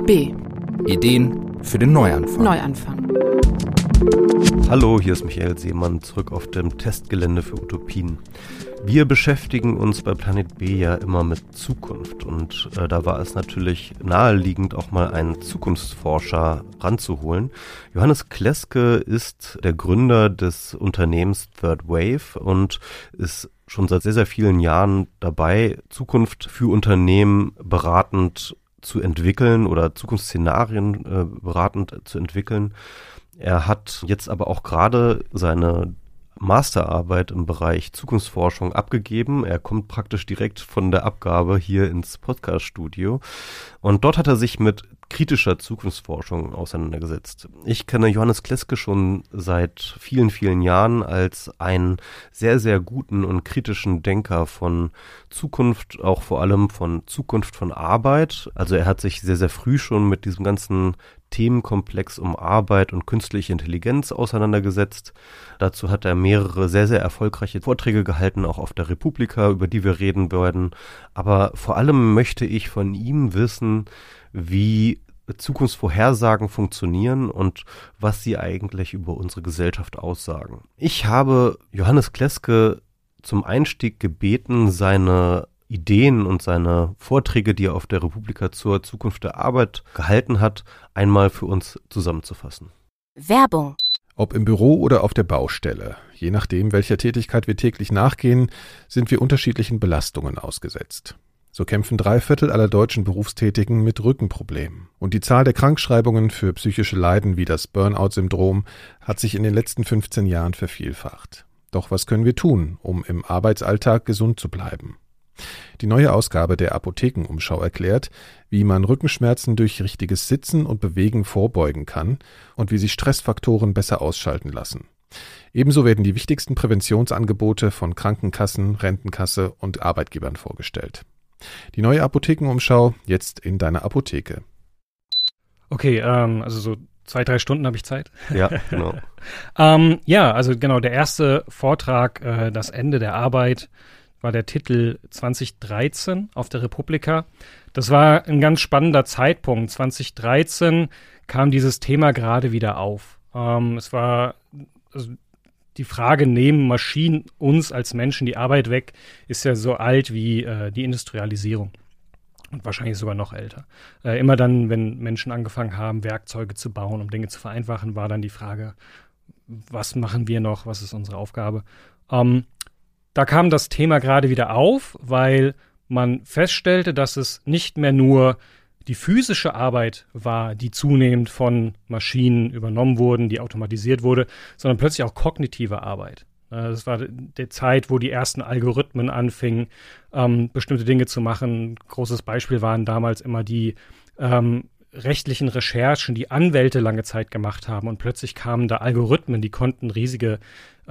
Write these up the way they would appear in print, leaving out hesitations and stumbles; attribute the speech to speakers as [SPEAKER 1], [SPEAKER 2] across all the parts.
[SPEAKER 1] B.
[SPEAKER 2] Ideen für den Neuanfang.
[SPEAKER 3] Hallo, hier ist Michael Seemann, zurück auf dem Testgelände für Utopien. Wir beschäftigen uns bei Planet B ja immer mit Zukunft und da war es natürlich naheliegend, auch mal einen Zukunftsforscher ranzuholen. Johannes Kleske ist der Gründer des Unternehmens Third Wave und ist schon seit sehr, sehr vielen Jahren dabei, Zukunft für Unternehmen beratend zu entwickeln oder Zukunftsszenarien beratend zu entwickeln. Er hat jetzt aber auch gerade seine Masterarbeit im Bereich Zukunftsforschung abgegeben. Er kommt praktisch direkt von der Abgabe hier ins Podcast-Studio. Und dort hat er sich mit kritischer Zukunftsforschung auseinandergesetzt. Ich kenne Johannes Kleske schon seit vielen, vielen Jahren als einen sehr, sehr guten und kritischen Denker von Zukunft, auch vor allem von Zukunft von Arbeit. Also er hat sich sehr, sehr früh schon mit diesem ganzen Themenkomplex um Arbeit und künstliche Intelligenz auseinandergesetzt. Dazu hat er mehrere sehr, sehr erfolgreiche Vorträge gehalten, auch auf der Republika, über die wir reden werden. Aber vor allem möchte ich von ihm wissen, wie Zukunftsvorhersagen funktionieren und was sie eigentlich über unsere Gesellschaft aussagen. Ich habe Johannes Kleske zum Einstieg gebeten, seine Ideen und seine Vorträge, die er auf der Republika zur Zukunft der Arbeit gehalten hat, einmal für uns zusammenzufassen.
[SPEAKER 1] Werbung.
[SPEAKER 4] Ob im Büro oder auf der Baustelle, je nachdem, welcher Tätigkeit wir täglich nachgehen, sind wir unterschiedlichen Belastungen ausgesetzt. So kämpfen 3/4 aller deutschen Berufstätigen mit Rückenproblemen. Und die Zahl der Krankschreibungen für psychische Leiden wie das Burnout-Syndrom hat sich in den letzten 15 Jahren vervielfacht. Doch was können wir tun, um im Arbeitsalltag gesund zu bleiben? Die neue Ausgabe der Apothekenumschau erklärt, wie man Rückenschmerzen durch richtiges Sitzen und Bewegen vorbeugen kann und wie sich Stressfaktoren besser ausschalten lassen. Ebenso werden die wichtigsten Präventionsangebote von Krankenkassen, Rentenkasse und Arbeitgebern vorgestellt. Die neue Apothekenumschau jetzt in deiner Apotheke.
[SPEAKER 5] Okay, also so 2-3 Stunden habe ich Zeit.
[SPEAKER 3] Ja, genau.
[SPEAKER 5] Also genau, der erste Vortrag, das Ende der Arbeit, war der Titel 2013 auf der Republika. Das war ein ganz spannender Zeitpunkt. 2013 kam dieses Thema gerade wieder auf. Es war die Frage, nehmen Maschinen uns als Menschen die Arbeit weg, ist ja so alt wie die Industrialisierung und wahrscheinlich sogar noch älter. Immer dann, wenn Menschen angefangen haben, Werkzeuge zu bauen, um Dinge zu vereinfachen, war dann die Frage, was machen wir noch, was ist unsere Aufgabe? Da kam das Thema gerade wieder auf, weil man feststellte, dass es nicht mehr nur die physische Arbeit war, die zunehmend von Maschinen übernommen wurden, die automatisiert wurde, sondern plötzlich auch kognitive Arbeit. Das war die Zeit, wo die ersten Algorithmen anfingen, bestimmte Dinge zu machen. Ein großes Beispiel waren damals immer die rechtlichen Recherchen, die Anwälte lange Zeit gemacht haben. Und plötzlich kamen da Algorithmen, die konnten riesige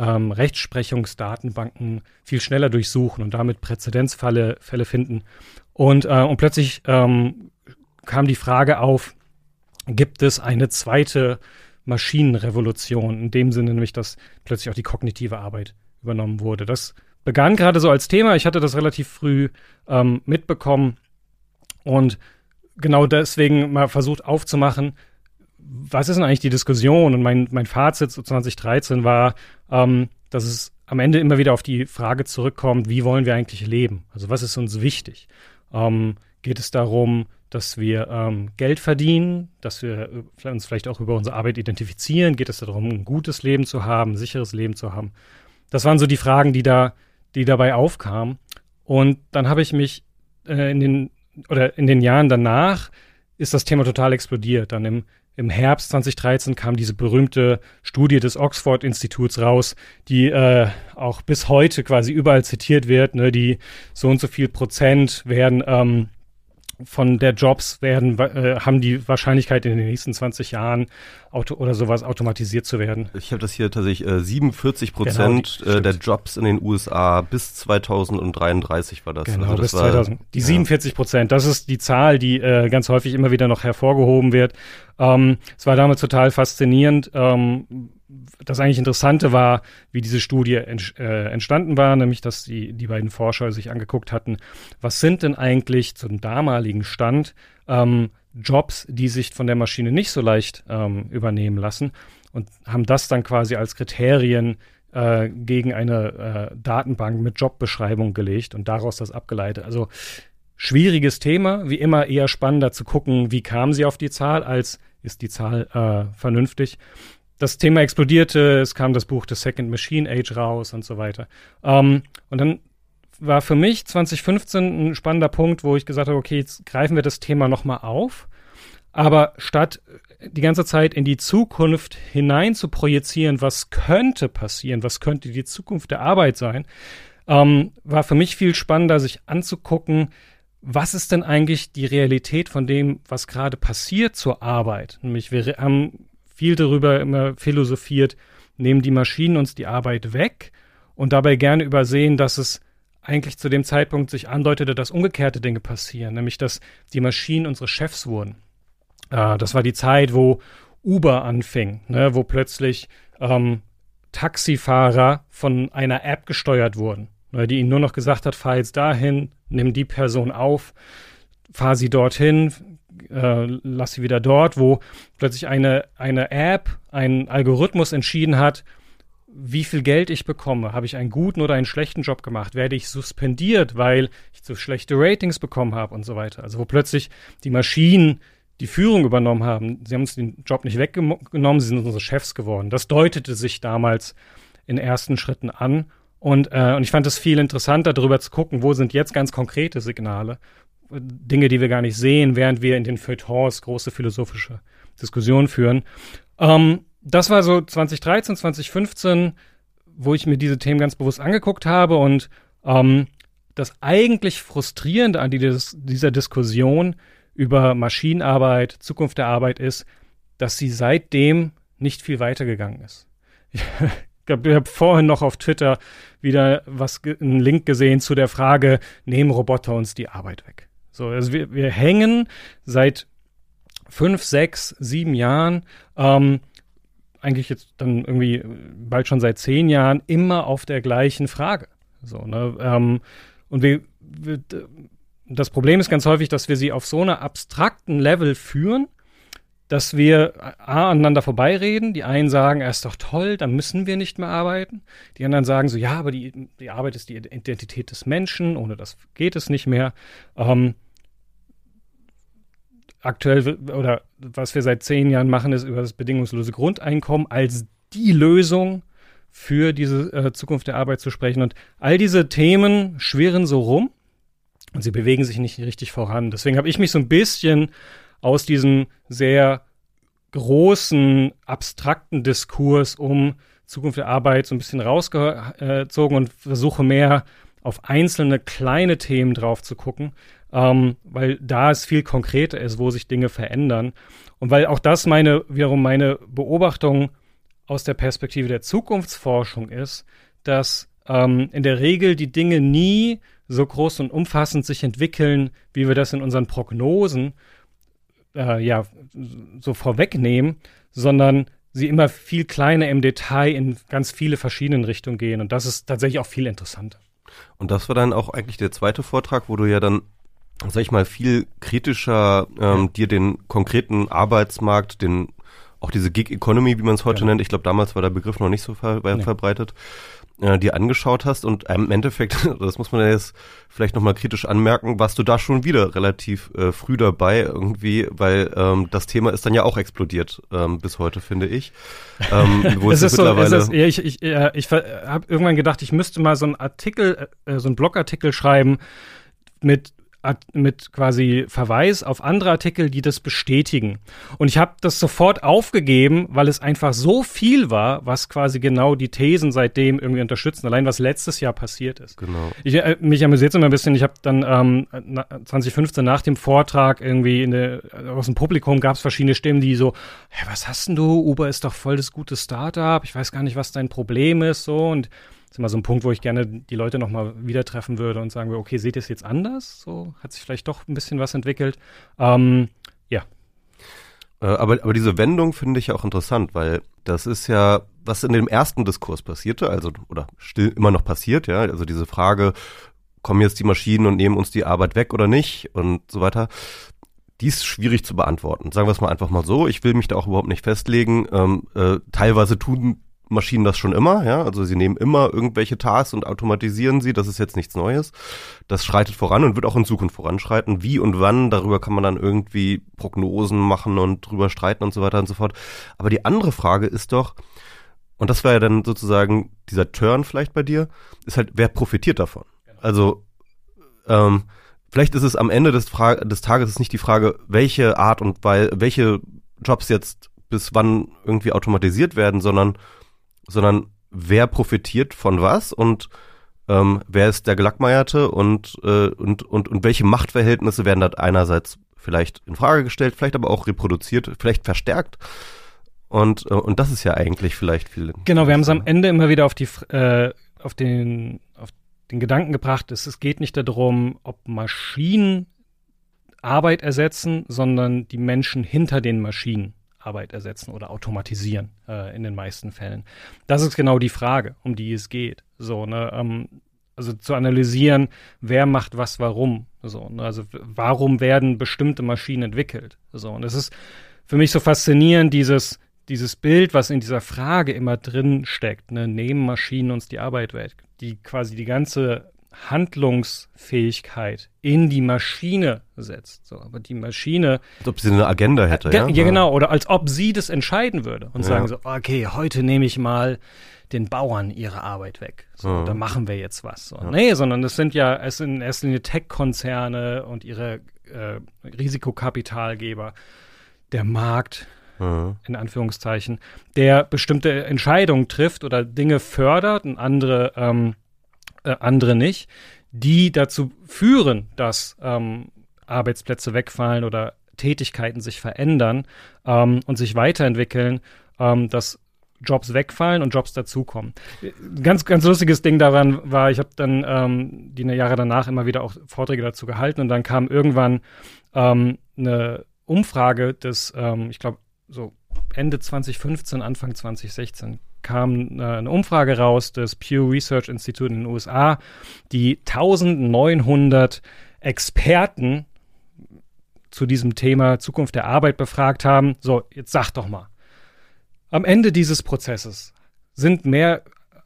[SPEAKER 5] Rechtsprechungsdatenbanken viel schneller durchsuchen und damit Präzedenzfälle finden. Und plötzlich kam die Frage auf, gibt es eine zweite Maschinenrevolution? In dem Sinne nämlich, dass plötzlich auch die kognitive Arbeit übernommen wurde. Das begann gerade so als Thema. Ich hatte das relativ früh mitbekommen und genau deswegen mal versucht aufzumachen, was ist denn eigentlich die Diskussion? Und mein Fazit zu 2013 war, dass es am Ende immer wieder auf die Frage zurückkommt, wie wollen wir eigentlich leben? Also was ist uns wichtig? Geht es darum, dass wir Geld verdienen, dass wir uns vielleicht auch über unsere Arbeit identifizieren? Geht es darum, ein gutes Leben zu haben, ein sicheres Leben zu haben? Das waren so die Fragen, die dabei aufkamen. Und dann habe ich mich in den Jahren danach ist das Thema total explodiert. Dann im Herbst 2013 kam diese berühmte Studie des Oxford-Instituts raus, die auch bis heute quasi überall zitiert wird. Ne? Die so und so viel Prozent werden von der Jobs haben die Wahrscheinlichkeit in den nächsten 20 Jahren oder sowas automatisiert zu werden.
[SPEAKER 3] Ich habe das hier tatsächlich 47% der Jobs in den USA bis 2033 war das.
[SPEAKER 5] Genau,
[SPEAKER 3] also das
[SPEAKER 5] bis 2000. Die 47%, das ist die Zahl, die ganz häufig immer wieder noch hervorgehoben wird. Es war damals total faszinierend. Das eigentlich Interessante war, wie diese Studie entstanden war, nämlich, dass die beiden Forscher sich angeguckt hatten, was sind denn eigentlich zum damaligen Stand Jobs, die sich von der Maschine nicht so leicht übernehmen lassen und haben das dann quasi als Kriterien gegen eine Datenbank mit Jobbeschreibung gelegt und daraus das abgeleitet. Also schwieriges Thema, wie immer eher spannender zu gucken, wie kamen sie auf die Zahl, als ist die Zahl vernünftig. Das Thema explodierte, es kam das Buch The Second Machine Age raus und so weiter. Und dann war für mich 2015 ein spannender Punkt, wo ich gesagt habe, okay, jetzt greifen wir das Thema nochmal auf, aber statt die ganze Zeit in die Zukunft hinein zu projizieren, was könnte passieren, was könnte die Zukunft der Arbeit sein, war für mich viel spannender, sich anzugucken, was ist denn eigentlich die Realität von dem, was gerade passiert zur Arbeit? Nämlich wir haben viel darüber immer philosophiert, nehmen die Maschinen uns die Arbeit weg und dabei gerne übersehen, dass es eigentlich zu dem Zeitpunkt sich andeutete, dass umgekehrte Dinge passieren, nämlich dass die Maschinen unsere Chefs wurden. Das war die Zeit, wo Uber anfing, ne, wo plötzlich Taxifahrer von einer App gesteuert wurden, die ihnen nur noch gesagt hat, fahr jetzt dahin, nimm die Person auf, fahr sie dorthin, lass sie wieder dort, wo plötzlich eine App, ein Algorithmus entschieden hat, wie viel Geld ich bekomme. Habe ich einen guten oder einen schlechten Job gemacht? Werde ich suspendiert, weil ich so schlechte Ratings bekommen habe und so weiter. Also wo plötzlich die Maschinen die Führung übernommen haben. Sie haben uns den Job nicht weggenommen, sie sind unsere Chefs geworden. Das deutete sich damals in ersten Schritten an. Und ich fand es viel interessanter, darüber zu gucken, wo sind jetzt ganz konkrete Signale, Dinge, die wir gar nicht sehen, während wir in den Feuilletons große philosophische Diskussionen führen. Das war so 2013, 2015, wo ich mir diese Themen ganz bewusst angeguckt habe. Und das eigentlich Frustrierende an dieser Diskussion über Maschinenarbeit, Zukunft der Arbeit ist, dass sie seitdem nicht viel weitergegangen ist. Ich habe vorhin noch auf Twitter wieder einen Link gesehen zu der Frage, nehmen Roboter uns die Arbeit weg? So, also wir hängen seit 5, 6, 7 Jahren, eigentlich jetzt dann irgendwie bald schon seit 10 Jahren, immer auf der gleichen Frage. So, ne? Und das Problem ist ganz häufig, dass wir sie auf so einer abstrakten Level führen, dass wir aneinander vorbeireden. Die einen sagen, ist doch toll, dann müssen wir nicht mehr arbeiten. Die anderen sagen so, ja, aber die Arbeit ist die Identität des Menschen, ohne das geht es nicht mehr. Aktuell, oder was wir seit 10 Jahren machen, ist über das bedingungslose Grundeinkommen als die Lösung für diese Zukunft der Arbeit zu sprechen. Und all diese Themen schwirren so rum und sie bewegen sich nicht richtig voran. Deswegen habe ich mich so ein bisschen aus diesem sehr großen, abstrakten Diskurs um Zukunft der Arbeit so ein bisschen rausgezogen und versuche mehr auf einzelne kleine Themen drauf zu gucken, weil da es viel konkreter ist, wo sich Dinge verändern. Und weil auch das wiederum meine Beobachtung aus der Perspektive der Zukunftsforschung ist, dass in der Regel die Dinge nie so groß und umfassend sich entwickeln, wie wir das in unseren Prognosen so vorwegnehmen, sondern sie immer viel kleiner im Detail in ganz viele verschiedenen Richtungen gehen. Und das ist tatsächlich auch viel interessanter.
[SPEAKER 3] Und das war dann auch eigentlich der zweite Vortrag, wo du ja dann, sag ich mal, viel kritischer dir den konkreten Arbeitsmarkt, auch diese Gig Economy, wie man es heute nennt, ich glaube, damals war der Begriff noch nicht so verbreitet, dir angeschaut hast. Und im Endeffekt, das muss man ja jetzt vielleicht nochmal kritisch anmerken, warst du da schon wieder relativ früh dabei irgendwie, weil das Thema ist dann ja auch explodiert bis heute, finde ich. Wo es ist mittlerweile
[SPEAKER 5] ich habe irgendwann gedacht, ich müsste mal so einen Artikel, so einen Blogartikel schreiben mit quasi Verweis auf andere Artikel, die das bestätigen. Und ich habe das sofort aufgegeben, weil es einfach so viel war, was quasi genau die Thesen seitdem irgendwie unterstützen. Allein was letztes Jahr passiert ist.
[SPEAKER 3] Genau.
[SPEAKER 5] Mich amüsiert es immer ein bisschen. Ich habe dann 2015 nach dem Vortrag irgendwie aus dem Publikum gab es verschiedene Stimmen, die so, hey, was hast denn du? Uber ist doch voll das gute Startup. Ich weiß gar nicht, was dein Problem ist. So, und das ist immer so ein Punkt, wo ich gerne die Leute nochmal wieder treffen würde und sagen würde, okay, seht ihr es jetzt anders? So hat sich vielleicht doch ein bisschen was entwickelt.
[SPEAKER 3] Aber diese Wendung finde ich ja auch interessant, weil das ist ja, was in dem ersten Diskurs passierte, also oder still immer noch passiert, ja, also diese Frage, kommen jetzt die Maschinen und nehmen uns die Arbeit weg oder nicht und so weiter. die ist schwierig zu beantworten. Sagen wir es mal einfach mal so. Ich will mich da auch überhaupt nicht festlegen. Teilweise tun Maschinen das schon immer, ja. Also sie nehmen immer irgendwelche Tasks und automatisieren sie. Das ist jetzt nichts Neues. Das schreitet voran und wird auch in Zukunft voranschreiten. Wie und wann, darüber kann man dann irgendwie Prognosen machen und drüber streiten und so weiter und so fort. Aber die andere Frage ist doch, und das wäre ja dann sozusagen dieser Turn vielleicht bei dir, ist halt, wer profitiert davon? Also, vielleicht ist es am Ende des Tages nicht die Frage, welche Art und welche Jobs jetzt bis wann irgendwie automatisiert werden, sondern wer profitiert von was und wer ist der Gelackmeierte und welche Machtverhältnisse werden da einerseits vielleicht in Frage gestellt, vielleicht aber auch reproduziert, vielleicht verstärkt. Und das ist ja eigentlich vielleicht viel.
[SPEAKER 5] Genau, wir haben es am Ende immer wieder auf den Gedanken gebracht, es geht nicht darum, ob Maschinen Arbeit ersetzen, sondern die Menschen hinter den Maschinen Arbeit ersetzen oder automatisieren in den meisten Fällen. Das ist genau die Frage, um die es geht. So, ne, also zu analysieren, wer macht was, warum. So, ne, also warum werden bestimmte Maschinen entwickelt. So, und es ist für mich so faszinierend, dieses Bild, was in dieser Frage immer drin steckt, ne, nehmen Maschinen uns die Arbeit weg, die quasi die ganze Handlungsfähigkeit in die Maschine setzt. So, aber die Maschine...
[SPEAKER 3] Als ob sie eine Agenda hätte, ja?
[SPEAKER 5] Ja, genau. Oder als ob sie das entscheiden würde und sagen so, okay, heute nehme ich mal den Bauern ihre Arbeit weg. So, da machen wir jetzt was. So. Ja. Nee, sondern es sind in erster Linie Tech-Konzerne und ihre Risikokapitalgeber, der Markt, in Anführungszeichen, der bestimmte Entscheidungen trifft oder Dinge fördert und andere nicht, die dazu führen, dass Arbeitsplätze wegfallen oder Tätigkeiten sich verändern und sich weiterentwickeln, dass Jobs wegfallen und Jobs dazukommen. Ganz, ganz lustiges Ding daran war, ich habe dann die Jahre danach immer wieder auch Vorträge dazu gehalten und dann kam irgendwann eine Umfrage des, ich glaube, so Ende 2015, Anfang 2016 kam eine Umfrage raus des Pew Research Institute in den USA, die 1900 Experten zu diesem Thema Zukunft der Arbeit befragt haben. So, jetzt sag doch mal. Am Ende dieses Prozesses sind mehr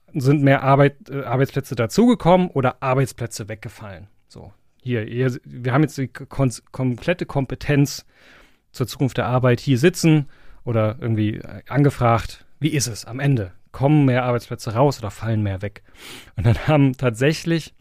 [SPEAKER 5] Arbeitsplätze dazugekommen oder Arbeitsplätze weggefallen. So, wir haben jetzt die komplette Kompetenz zur Zukunft der Arbeit hier sitzen oder irgendwie angefragt, wie ist es am Ende? Kommen mehr Arbeitsplätze raus oder fallen mehr weg? Und dann haben tatsächlich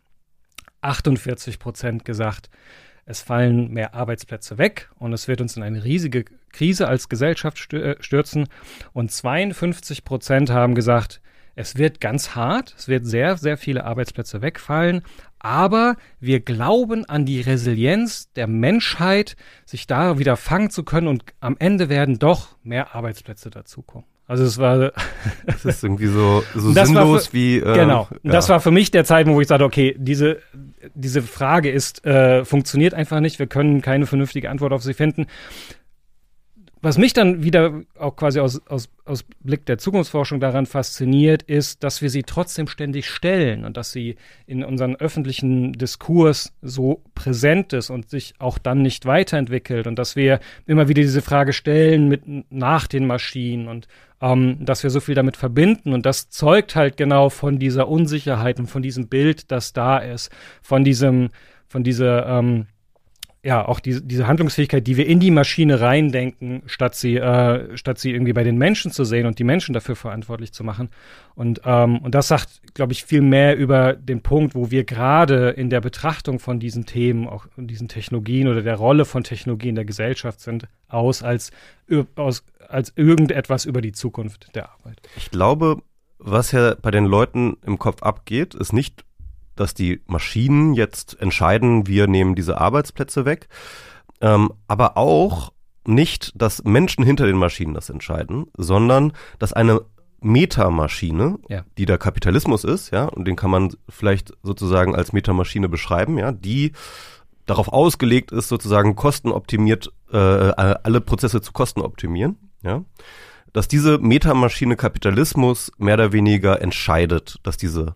[SPEAKER 5] 48% gesagt, es fallen mehr Arbeitsplätze weg und es wird uns in eine riesige Krise als Gesellschaft stürzen. Und 52% haben gesagt, es wird ganz hart, es wird sehr, sehr viele Arbeitsplätze wegfallen, aber wir glauben an die Resilienz der Menschheit, sich da wieder fangen zu können und am Ende werden doch mehr Arbeitsplätze dazukommen. Also es war...
[SPEAKER 3] Das ist irgendwie so sinnlos wie...
[SPEAKER 5] Genau. Und das war für mich der Zeitpunkt, wo ich sagte, okay, diese Frage funktioniert einfach nicht, wir können keine vernünftige Antwort auf sie finden. Was mich dann wieder auch quasi aus Blick der Zukunftsforschung daran fasziniert, ist, dass wir sie trotzdem ständig stellen und dass sie in unserem öffentlichen Diskurs so präsent ist und sich auch dann nicht weiterentwickelt und dass wir immer wieder diese Frage stellen nach den Maschinen und dass wir so viel damit verbinden und das zeugt halt genau von dieser Unsicherheit und von diesem Bild, das da ist, von dieser auch diese Handlungsfähigkeit, die wir in die Maschine reindenken, statt sie irgendwie bei den Menschen zu sehen und die Menschen dafür verantwortlich zu machen. Und das sagt, glaube ich, viel mehr über den Punkt, wo wir gerade in der Betrachtung von diesen Themen, auch in diesen Technologien oder der Rolle von Technologie in der Gesellschaft sind, als irgendetwas über die Zukunft der Arbeit.
[SPEAKER 3] Ich glaube, was ja bei den Leuten im Kopf abgeht, ist nicht, dass die Maschinen jetzt entscheiden, wir nehmen diese Arbeitsplätze weg, aber auch nicht, dass Menschen hinter den Maschinen das entscheiden, sondern dass eine Metamaschine, die der Kapitalismus ist, ja, und den kann man vielleicht sozusagen als Metamaschine beschreiben, ja, die darauf ausgelegt ist, sozusagen kostenoptimiert, alle Prozesse zu Kosten optimieren, ja, dass diese Metamaschine Kapitalismus mehr oder weniger entscheidet, dass diese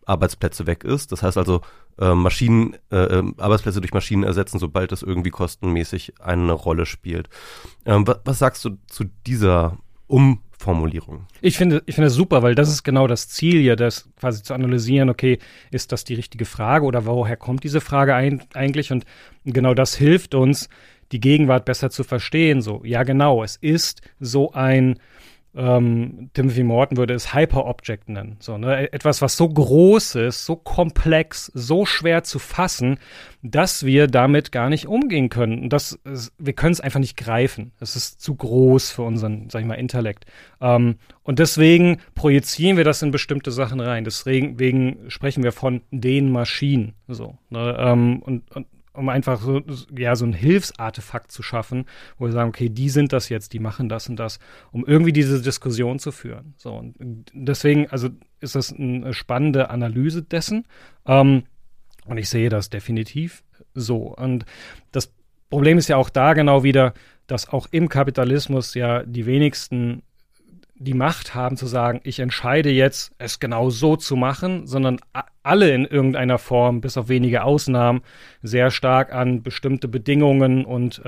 [SPEAKER 3] Arbeitsplätze weg ist. Das heißt also, Arbeitsplätze durch Maschinen ersetzen, sobald es irgendwie kostenmäßig eine Rolle spielt. Was sagst du zu dieser Umformulierung?
[SPEAKER 5] Ich finde es super, weil das ist genau das Ziel hier, das quasi zu analysieren, okay, ist das die richtige Frage oder woher kommt diese Frage eigentlich? Und genau das hilft uns, die Gegenwart besser zu verstehen. So, ja genau, es ist so ein Timothy Morton würde es Hyper-Object nennen. So, ne? Etwas, was so groß ist, so komplex, so schwer zu fassen, dass wir damit gar nicht umgehen können. Und wir können es einfach nicht greifen. Es ist zu groß für unseren, sag ich mal, Intellekt. Und deswegen projizieren wir das in bestimmte Sachen rein. Deswegen sprechen wir von den Maschinen. So, ne? Um einfach so ein Hilfsartefakt zu schaffen, wo wir sagen, okay, die sind das jetzt, die machen das und das, um irgendwie diese Diskussion zu führen. So, und deswegen, also ist das eine spannende Analyse dessen. Und ich sehe das definitiv so. Und das Problem ist ja auch da genau wieder, dass auch im Kapitalismus ja die wenigsten die Macht haben zu sagen, ich entscheide jetzt, es genau so zu machen, sondern alle in irgendeiner Form, bis auf wenige Ausnahmen, sehr stark an bestimmte Bedingungen und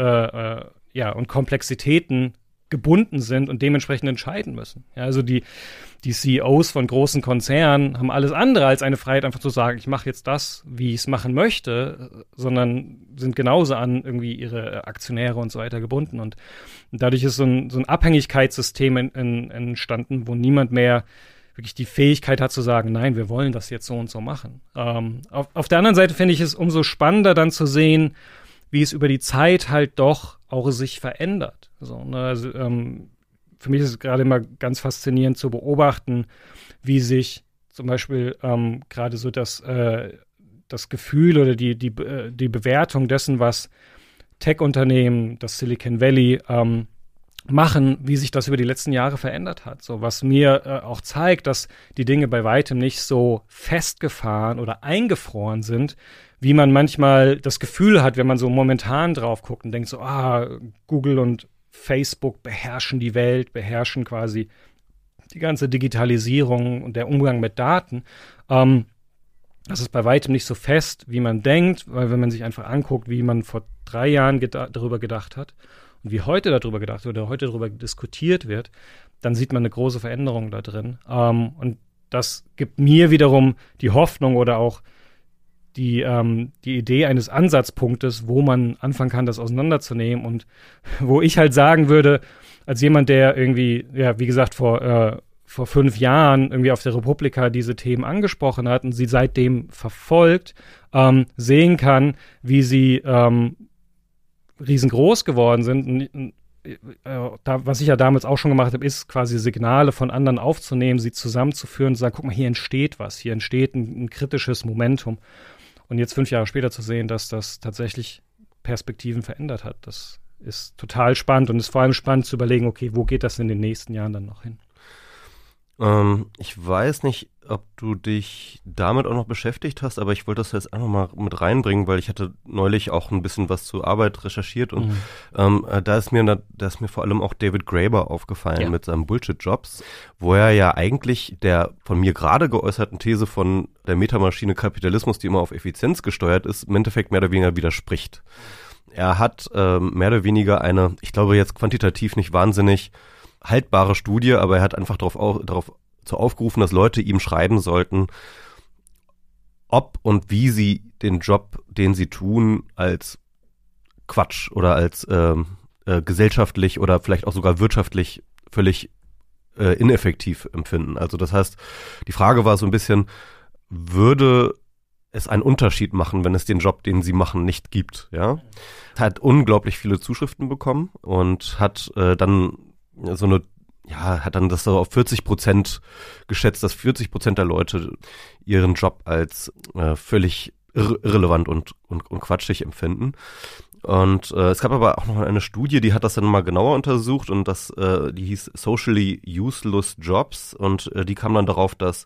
[SPEAKER 5] Komplexitäten gebunden sind und dementsprechend entscheiden müssen. Ja, also die CEOs von großen Konzernen haben alles andere als eine Freiheit, einfach zu sagen, ich mache jetzt das, wie ich es machen möchte, sondern sind genauso an irgendwie ihre Aktionäre und so weiter gebunden. Und dadurch ist so ein Abhängigkeitssystem entstanden, wo niemand mehr wirklich die Fähigkeit hat zu sagen, nein, wir wollen das jetzt so und so machen. Auf der anderen Seite finde ich es umso spannender dann zu sehen, wie es über die Zeit halt doch auch sich verändert. So, ne? Also, für mich ist es gerade immer ganz faszinierend zu beobachten, wie sich zum Beispiel gerade so das Gefühl oder die Bewertung dessen, was Tech-Unternehmen, das Silicon Valley machen, wie sich das über die letzten Jahre verändert hat. So, was mir auch zeigt, dass die Dinge bei weitem nicht so festgefahren oder eingefroren sind, wie man manchmal das Gefühl hat, wenn man so momentan drauf guckt und denkt so, Google und Facebook beherrschen die Welt, beherrschen quasi die ganze Digitalisierung und der Umgang mit Daten. Das ist bei weitem nicht so fest, wie man denkt, weil wenn man sich einfach anguckt, wie man vor 3 Jahren darüber gedacht hat und wie heute darüber gedacht wird oder heute darüber diskutiert wird, dann sieht man eine große Veränderung da drin. Und das gibt mir wiederum die Hoffnung oder auch die Idee eines Ansatzpunktes, wo man anfangen kann, das auseinanderzunehmen und wo ich halt sagen würde, als jemand, der irgendwie, ja, wie gesagt, vor 5 Jahren irgendwie auf der Republika diese Themen angesprochen hat und sie seitdem verfolgt, sehen kann, wie sie riesengroß geworden sind. Und, was ich ja damals auch schon gemacht habe, ist quasi Signale von anderen aufzunehmen, sie zusammenzuführen und zu sagen, guck mal, hier entsteht was, hier entsteht ein kritisches Momentum. Und jetzt 5 Jahre später zu sehen, dass das tatsächlich Perspektiven verändert hat, das ist total spannend und ist vor allem spannend zu überlegen, okay, wo geht das in den nächsten Jahren dann noch hin?
[SPEAKER 3] Ich weiß nicht, ob du dich damit auch noch beschäftigt hast, aber ich wollte das jetzt einfach mal mit reinbringen, weil ich hatte neulich auch ein bisschen was zur Arbeit recherchiert und da ist mir vor allem auch David Graeber aufgefallen mit seinem Bullshit-Jobs, wo er ja eigentlich der von mir gerade geäußerten These von der Metamaschine Kapitalismus, die immer auf Effizienz gesteuert ist, im Endeffekt mehr oder weniger widerspricht. Er hat mehr oder weniger eine, ich glaube jetzt quantitativ nicht wahnsinnig haltbare Studie, aber er hat einfach darauf aufgerufen, dass Leute ihm schreiben sollten, ob und wie sie den Job, den sie tun, als Quatsch oder als gesellschaftlich oder vielleicht auch sogar wirtschaftlich völlig ineffektiv empfinden. Also das heißt, die Frage war so ein bisschen, würde es einen Unterschied machen, wenn es den Job, den sie machen, nicht gibt? Ja, hat unglaublich viele Zuschriften bekommen und hat dann hat dann das so auf 40% geschätzt, dass 40% der Leute ihren Job als völlig irrelevant und quatschig empfinden. Und es gab aber auch noch eine Studie, die hat das dann mal genauer untersucht und die hieß Socially Useless Jobs und die kam dann darauf, dass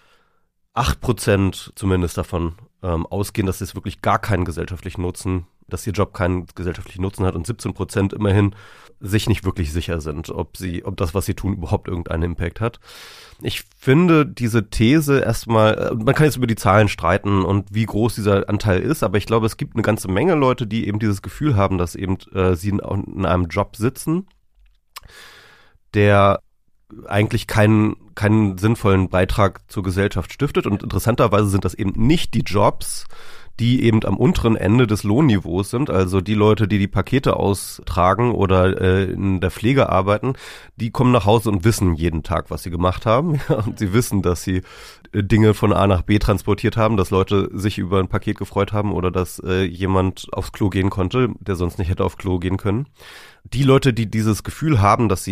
[SPEAKER 3] 8% zumindest davon ausgehen, dass es wirklich gar keinen gesellschaftlichen Nutzen dass ihr Job keinen gesellschaftlichen Nutzen hat und 17% immerhin sich nicht wirklich sicher sind, ob das, was sie tun, überhaupt irgendeinen Impact hat. Ich finde diese These erstmal, man kann jetzt über die Zahlen streiten und wie groß dieser Anteil ist, aber ich glaube, es gibt eine ganze Menge Leute, die eben dieses Gefühl haben, dass eben sie in einem Job sitzen, der eigentlich keinen sinnvollen Beitrag zur Gesellschaft stiftet. Und interessanterweise sind das eben nicht die Jobs, die eben am unteren Ende des Lohnniveaus sind, also die Leute, die Pakete austragen oder in der Pflege arbeiten, die kommen nach Hause und wissen jeden Tag, was sie gemacht haben. Ja, und sie wissen, dass sie Dinge von A nach B transportiert haben, dass Leute sich über ein Paket gefreut haben oder dass jemand aufs Klo gehen konnte, der sonst nicht hätte aufs Klo gehen können. Die Leute, die dieses Gefühl haben, dass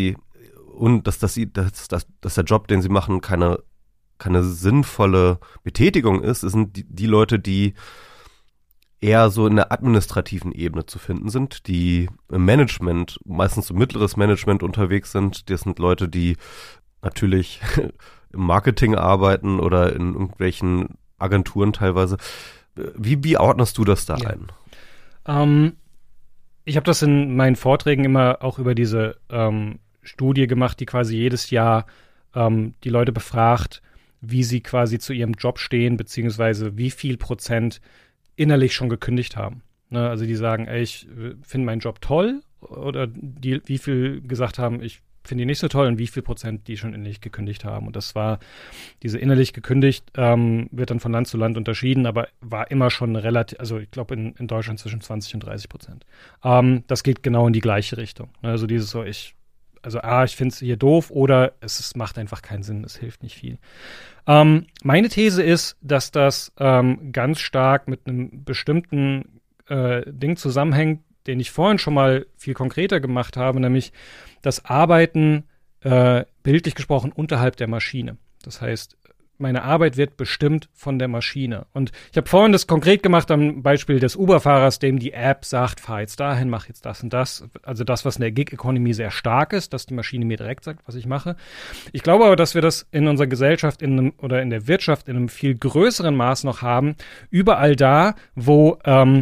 [SPEAKER 3] der Job, den sie machen, keine sinnvolle Betätigung ist, sind die Leute, die eher so in der administrativen Ebene zu finden sind, die im Management, meistens so mittleres Management unterwegs sind. Das sind Leute, die natürlich im Marketing arbeiten oder in irgendwelchen Agenturen teilweise. Wie ordnest du das da ein?
[SPEAKER 5] Ich habe das in meinen Vorträgen immer auch über diese Studie gemacht, die quasi jedes Jahr die Leute befragt, wie sie quasi zu ihrem Job stehen, beziehungsweise wie viel Prozent innerlich schon gekündigt haben. Ne, also die sagen, ey, ich finde meinen Job toll, oder wie viel gesagt haben, ich finde ihn nicht so toll, und wie viel Prozent die schon innerlich gekündigt haben. Und das war, diese innerlich gekündigt, wird dann von Land zu Land unterschieden, aber war immer schon relativ, also ich glaube in Deutschland zwischen 20% und 30%. Das geht genau in die gleiche Richtung. Also dieses so, ich finde es hier doof, oder es macht einfach keinen Sinn, es hilft nicht viel. Meine These ist, dass das ganz stark mit einem bestimmten Ding zusammenhängt, den ich vorhin schon mal viel konkreter gemacht habe, nämlich das Arbeiten, bildlich gesprochen, unterhalb der Maschine. Das heißt, meine Arbeit wird bestimmt von der Maschine. Und ich habe vorhin das konkret gemacht am Beispiel des Uber-Fahrers, dem die App sagt, fahr jetzt dahin, mach jetzt das und das. Also das, was in der Gig-Economy sehr stark ist, dass die Maschine mir direkt sagt, was ich mache. Ich glaube aber, dass wir das in unserer Gesellschaft oder in der Wirtschaft in einem viel größeren Maß noch haben. Überall da, wo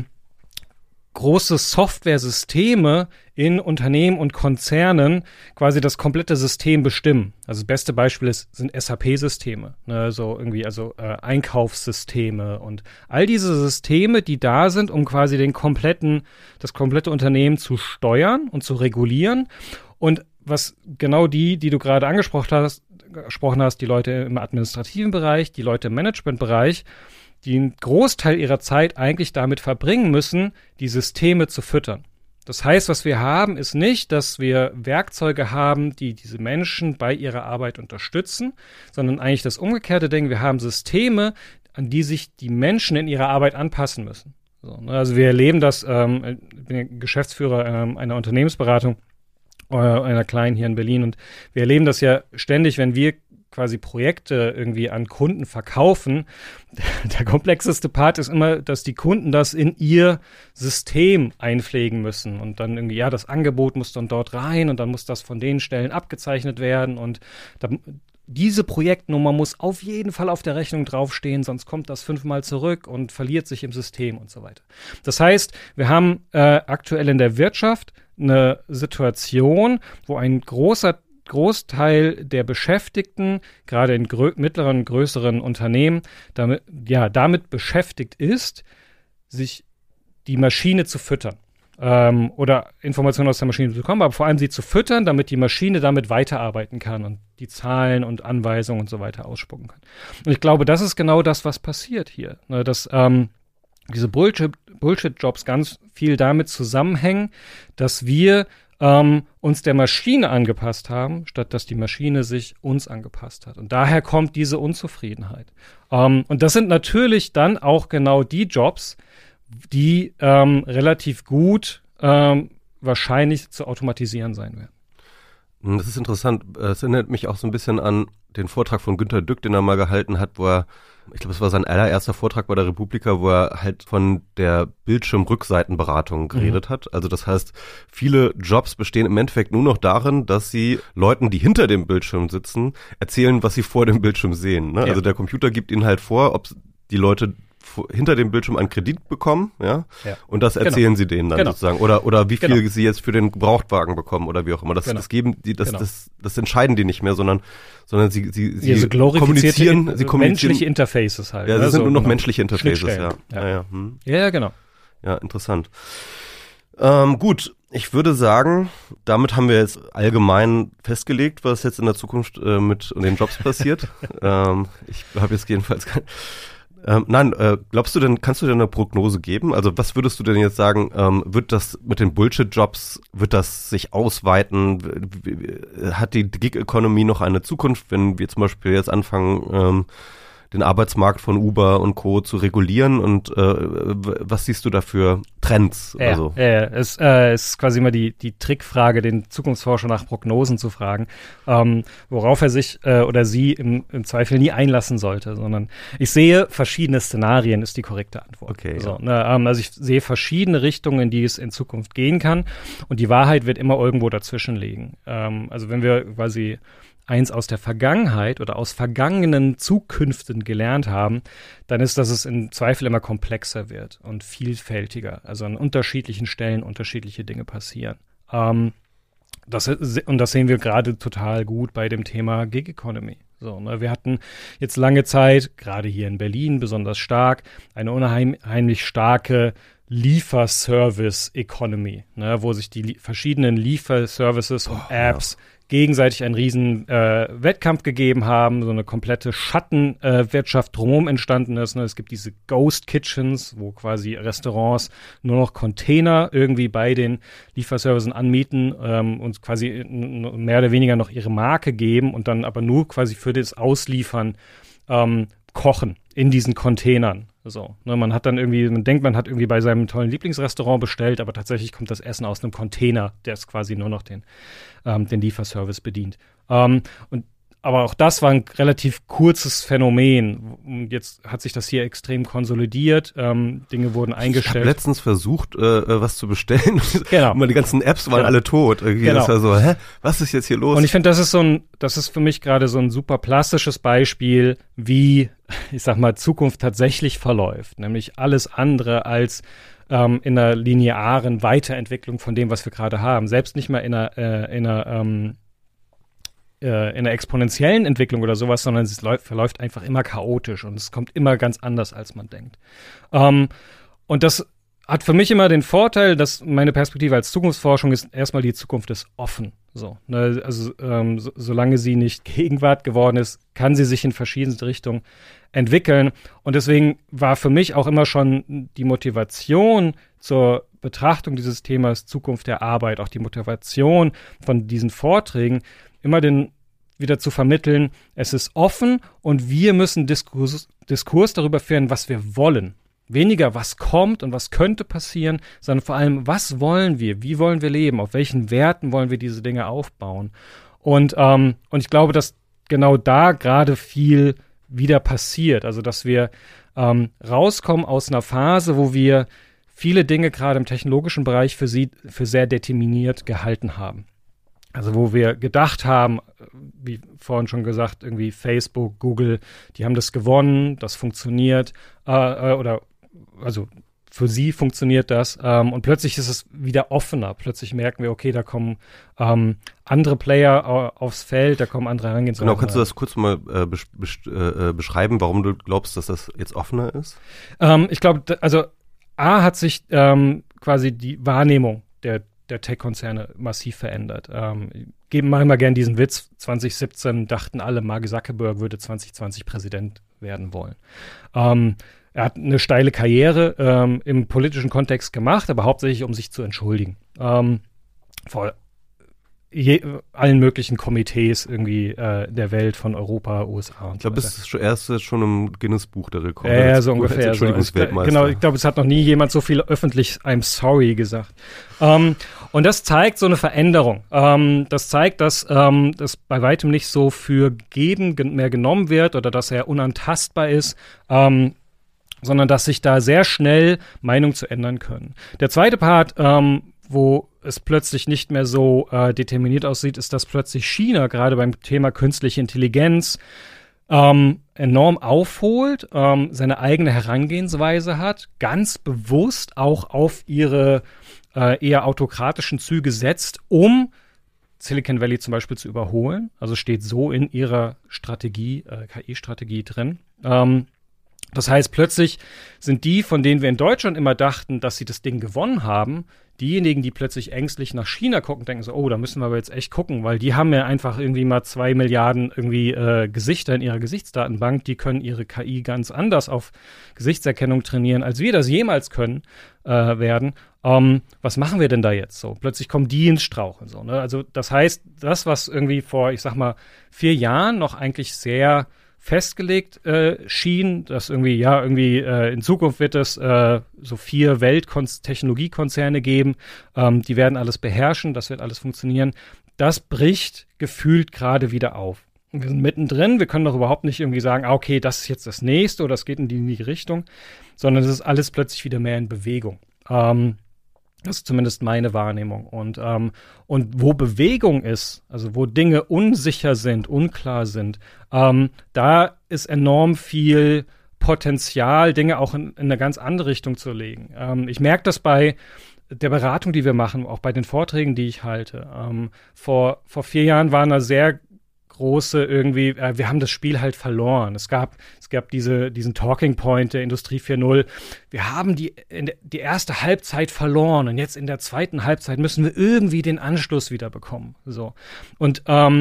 [SPEAKER 5] große Software-Systeme in Unternehmen und Konzernen quasi das komplette System bestimmen. Also das beste Beispiel sind SAP-Systeme, ne, Einkaufssysteme und all diese Systeme, die da sind, um quasi das komplette Unternehmen zu steuern und zu regulieren. Und was genau die du gerade angesprochen hast, die Leute im administrativen Bereich, die Leute im Managementbereich, die einen Großteil ihrer Zeit eigentlich damit verbringen müssen, die Systeme zu füttern. Das heißt, was wir haben, ist nicht, dass wir Werkzeuge haben, die diese Menschen bei ihrer Arbeit unterstützen, sondern eigentlich das umgekehrte Ding. Wir haben Systeme, an die sich die Menschen in ihrer Arbeit anpassen müssen. So, ne? Also wir erleben das, ich bin Geschäftsführer einer Unternehmensberatung, einer kleinen hier in Berlin, und wir erleben das ja ständig, wenn wir quasi Projekte irgendwie an Kunden verkaufen. Der komplexeste Part ist immer, dass die Kunden das in ihr System einpflegen müssen, und dann irgendwie, ja, das Angebot muss dann dort rein und dann muss das von den Stellen abgezeichnet werden, und diese Projektnummer muss auf jeden Fall auf der Rechnung draufstehen, sonst kommt das 5-mal zurück und verliert sich im System und so weiter. Das heißt, wir haben aktuell in der Wirtschaft eine Situation, wo ein Großteil der Beschäftigten, gerade in mittleren, größeren Unternehmen, damit beschäftigt ist, sich die Maschine zu füttern. Oder Informationen aus der Maschine zu bekommen, aber vor allem sie zu füttern, damit die Maschine damit weiterarbeiten kann und die Zahlen und Anweisungen und so weiter ausspucken kann. Und ich glaube, das ist genau das, was passiert hier. Ne, dass diese Bullshit-Jobs ganz viel damit zusammenhängen, dass wir uns der Maschine angepasst haben, statt dass die Maschine sich uns angepasst hat. Und daher kommt diese Unzufriedenheit. Und das sind natürlich dann auch genau die Jobs, die relativ gut wahrscheinlich zu automatisieren sein werden.
[SPEAKER 3] Das ist interessant. Es erinnert mich auch so ein bisschen an den Vortrag von Günter Dück, den er mal gehalten hat, wo er, ich glaube, es war sein allererster Vortrag bei der Republika, wo er halt von der Bildschirmrückseitenberatung geredet hat. Also das heißt, viele Jobs bestehen im Endeffekt nur noch darin, dass sie Leuten, die hinter dem Bildschirm sitzen, erzählen, was sie vor dem Bildschirm sehen. Ne? Ja. Also der Computer gibt ihnen halt vor, ob die Leute hinter dem Bildschirm einen Kredit bekommen, ja, und das erzählen sie denen dann sozusagen. Oder wie viel sie jetzt für den Gebrauchtwagen bekommen oder wie auch immer. Das geben die, das entscheiden die nicht mehr, sondern sie kommunizieren.
[SPEAKER 5] Menschliche Interfaces halt.
[SPEAKER 3] Ja, das sind nur noch menschliche Interfaces, ja.
[SPEAKER 5] Ja, genau.
[SPEAKER 3] Ja, interessant. Gut, ich würde sagen, damit haben wir jetzt allgemein festgelegt, was jetzt in der Zukunft mit den Jobs passiert. Ich habe jetzt jedenfalls glaubst du denn, kannst du dir eine Prognose geben? Also was würdest du denn jetzt sagen, wird das mit den Bullshit-Jobs, wird das sich ausweiten? Hat die Gig-Economy noch eine Zukunft, wenn wir zum Beispiel jetzt anfangen, den Arbeitsmarkt von Uber und Co. zu regulieren und was siehst du da für Trends?
[SPEAKER 5] Es ist quasi immer die Trickfrage, den Zukunftsforscher nach Prognosen zu fragen, worauf er sich oder sie im Zweifel nie einlassen sollte, sondern ich sehe verschiedene Szenarien, ist die korrekte Antwort.
[SPEAKER 3] Okay.
[SPEAKER 5] So, also ich sehe verschiedene Richtungen, in die es in Zukunft gehen kann und die Wahrheit wird immer irgendwo dazwischen liegen. Also wenn wir quasi eins aus der Vergangenheit oder aus vergangenen Zukünften gelernt haben, dann ist, dass es im Zweifel immer komplexer wird und vielfältiger. Also an unterschiedlichen Stellen unterschiedliche Dinge passieren. Das sehen wir gerade total gut bei dem Thema Gig Economy. So, wir hatten jetzt lange Zeit, gerade hier in Berlin besonders stark, eine unheimlich starke Lieferservice-Economy, wo sich die verschiedenen Lieferservices und Apps gegenseitig einen riesen Wettkampf gegeben haben, so eine komplette Schattenwirtschaft drumherum entstanden ist. Es gibt diese Ghost Kitchens, wo quasi Restaurants nur noch Container irgendwie bei den Lieferservicen anmieten und quasi mehr oder weniger noch ihre Marke geben und dann aber nur quasi für das Ausliefern kochen in diesen Containern. So, man hat dann irgendwie, man denkt, man hat irgendwie bei seinem tollen Lieblingsrestaurant bestellt, aber tatsächlich kommt das Essen aus einem Container, der es quasi nur noch den Lieferservice bedient. Aber auch das war ein relativ kurzes Phänomen. Und jetzt hat sich das hier extrem konsolidiert. Dinge wurden eingestellt.
[SPEAKER 3] Ich habe letztens versucht, was zu bestellen.
[SPEAKER 5] Genau.
[SPEAKER 3] Und die ganzen Apps waren alle tot. Irgendwie das war so, was ist jetzt hier los?
[SPEAKER 5] Und ich finde, das ist für mich gerade so ein super plastisches Beispiel, wie, ich sag mal, Zukunft tatsächlich verläuft. Nämlich alles andere als in einer linearen Weiterentwicklung von dem, was wir gerade haben. Selbst nicht mal in einer exponentiellen Entwicklung oder sowas, sondern es verläuft einfach immer chaotisch und es kommt immer ganz anders, als man denkt. Und das hat für mich immer den Vorteil, dass meine Perspektive als Zukunftsforschung ist, erstmal die Zukunft ist offen. So, solange sie nicht Gegenwart geworden ist, kann sie sich in verschiedenste Richtungen entwickeln. Und deswegen war für mich auch immer schon die Motivation zur Betrachtung dieses Themas Zukunft der Arbeit, auch die Motivation von diesen Vorträgen, immer wieder zu vermitteln, es ist offen und wir müssen Diskurs darüber führen, was wir wollen. Weniger, was kommt und was könnte passieren, sondern vor allem, was wollen wir, wie wollen wir leben, auf welchen Werten wollen wir diese Dinge aufbauen. Und ich glaube, dass genau da gerade viel wieder passiert. Also, dass wir rauskommen aus einer Phase, wo wir viele Dinge gerade im technologischen Bereich für sehr determiniert gehalten haben. Also wo wir gedacht haben, wie vorhin schon gesagt, irgendwie Facebook, Google, die haben das gewonnen, das funktioniert, also für sie funktioniert das und plötzlich ist es wieder offener. Plötzlich merken wir, okay, da kommen andere Player aufs Feld, da kommen andere Herangehensweisen.
[SPEAKER 3] Genau, kannst du das kurz mal beschreiben, warum du glaubst, dass das jetzt offener ist?
[SPEAKER 5] Ich glaube, also A hat sich quasi die Wahrnehmung der Tech-Konzerne massiv verändert. Machen immer gern diesen Witz, 2017 dachten alle, Mark Zuckerberg würde 2020 Präsident werden wollen. Er hat eine steile Karriere im politischen Kontext gemacht, aber hauptsächlich, um sich zu entschuldigen. Vor allen möglichen Komitees irgendwie der Welt, von Europa, USA und
[SPEAKER 3] ich glaube, er ist schon im Guinness-Buch der Rekorde.
[SPEAKER 5] Ja, so ungefähr.
[SPEAKER 3] Entschuldigungsweltmeister.
[SPEAKER 5] Genau, ich glaube, es hat noch nie jemand so viel öffentlich I'm sorry gesagt. Und das zeigt so eine Veränderung. Das zeigt, dass das bei weitem nicht so für gegeben mehr genommen wird oder dass er unantastbar ist, sondern dass sich da sehr schnell Meinungen zu ändern können. Der zweite Part, wo es plötzlich nicht mehr so determiniert aussieht, ist, dass plötzlich China gerade beim Thema künstliche Intelligenz enorm aufholt, seine eigene Herangehensweise hat, ganz bewusst auch auf ihre eher autokratischen Züge setzt, um Silicon Valley zum Beispiel zu überholen. Also steht so in ihrer Strategie, KI-Strategie drin. Das heißt, plötzlich sind die, von denen wir in Deutschland immer dachten, dass sie das Ding gewonnen haben, diejenigen, die plötzlich ängstlich nach China gucken, denken so, oh, da müssen wir aber jetzt echt gucken, weil die haben ja einfach irgendwie mal 2 Milliarden irgendwie Gesichter in ihrer Gesichtsdatenbank, die können ihre KI ganz anders auf Gesichtserkennung trainieren, als wir das jemals können werden. Was machen wir denn da jetzt so? Plötzlich kommen die ins Straucheln so, ne? Also das heißt, das, was irgendwie vor, ich sag mal, 4 Jahren noch eigentlich sehr festgelegt schien, dass irgendwie, in Zukunft wird es so 4 Technologiekonzerne geben, die werden alles beherrschen, das wird alles funktionieren. Das bricht gefühlt gerade wieder auf. Wir sind mittendrin, wir können doch überhaupt nicht irgendwie sagen, okay, das ist jetzt das Nächste oder das geht in die Richtung, sondern es ist alles plötzlich wieder mehr in Bewegung. Das ist zumindest meine Wahrnehmung. Und wo Bewegung ist, also wo Dinge unsicher sind, unklar sind, da ist enorm viel Potenzial, Dinge auch in eine ganz andere Richtung zu legen. Ich merke das bei der Beratung, die wir machen, auch bei den Vorträgen, die ich halte. Vor 4 Jahren waren da sehr große irgendwie, wir haben das Spiel halt verloren. Es gab diesen Talking Point der Industrie 4.0. Wir haben die erste Halbzeit verloren und jetzt in der zweiten Halbzeit müssen wir irgendwie den Anschluss wieder bekommen. So. Und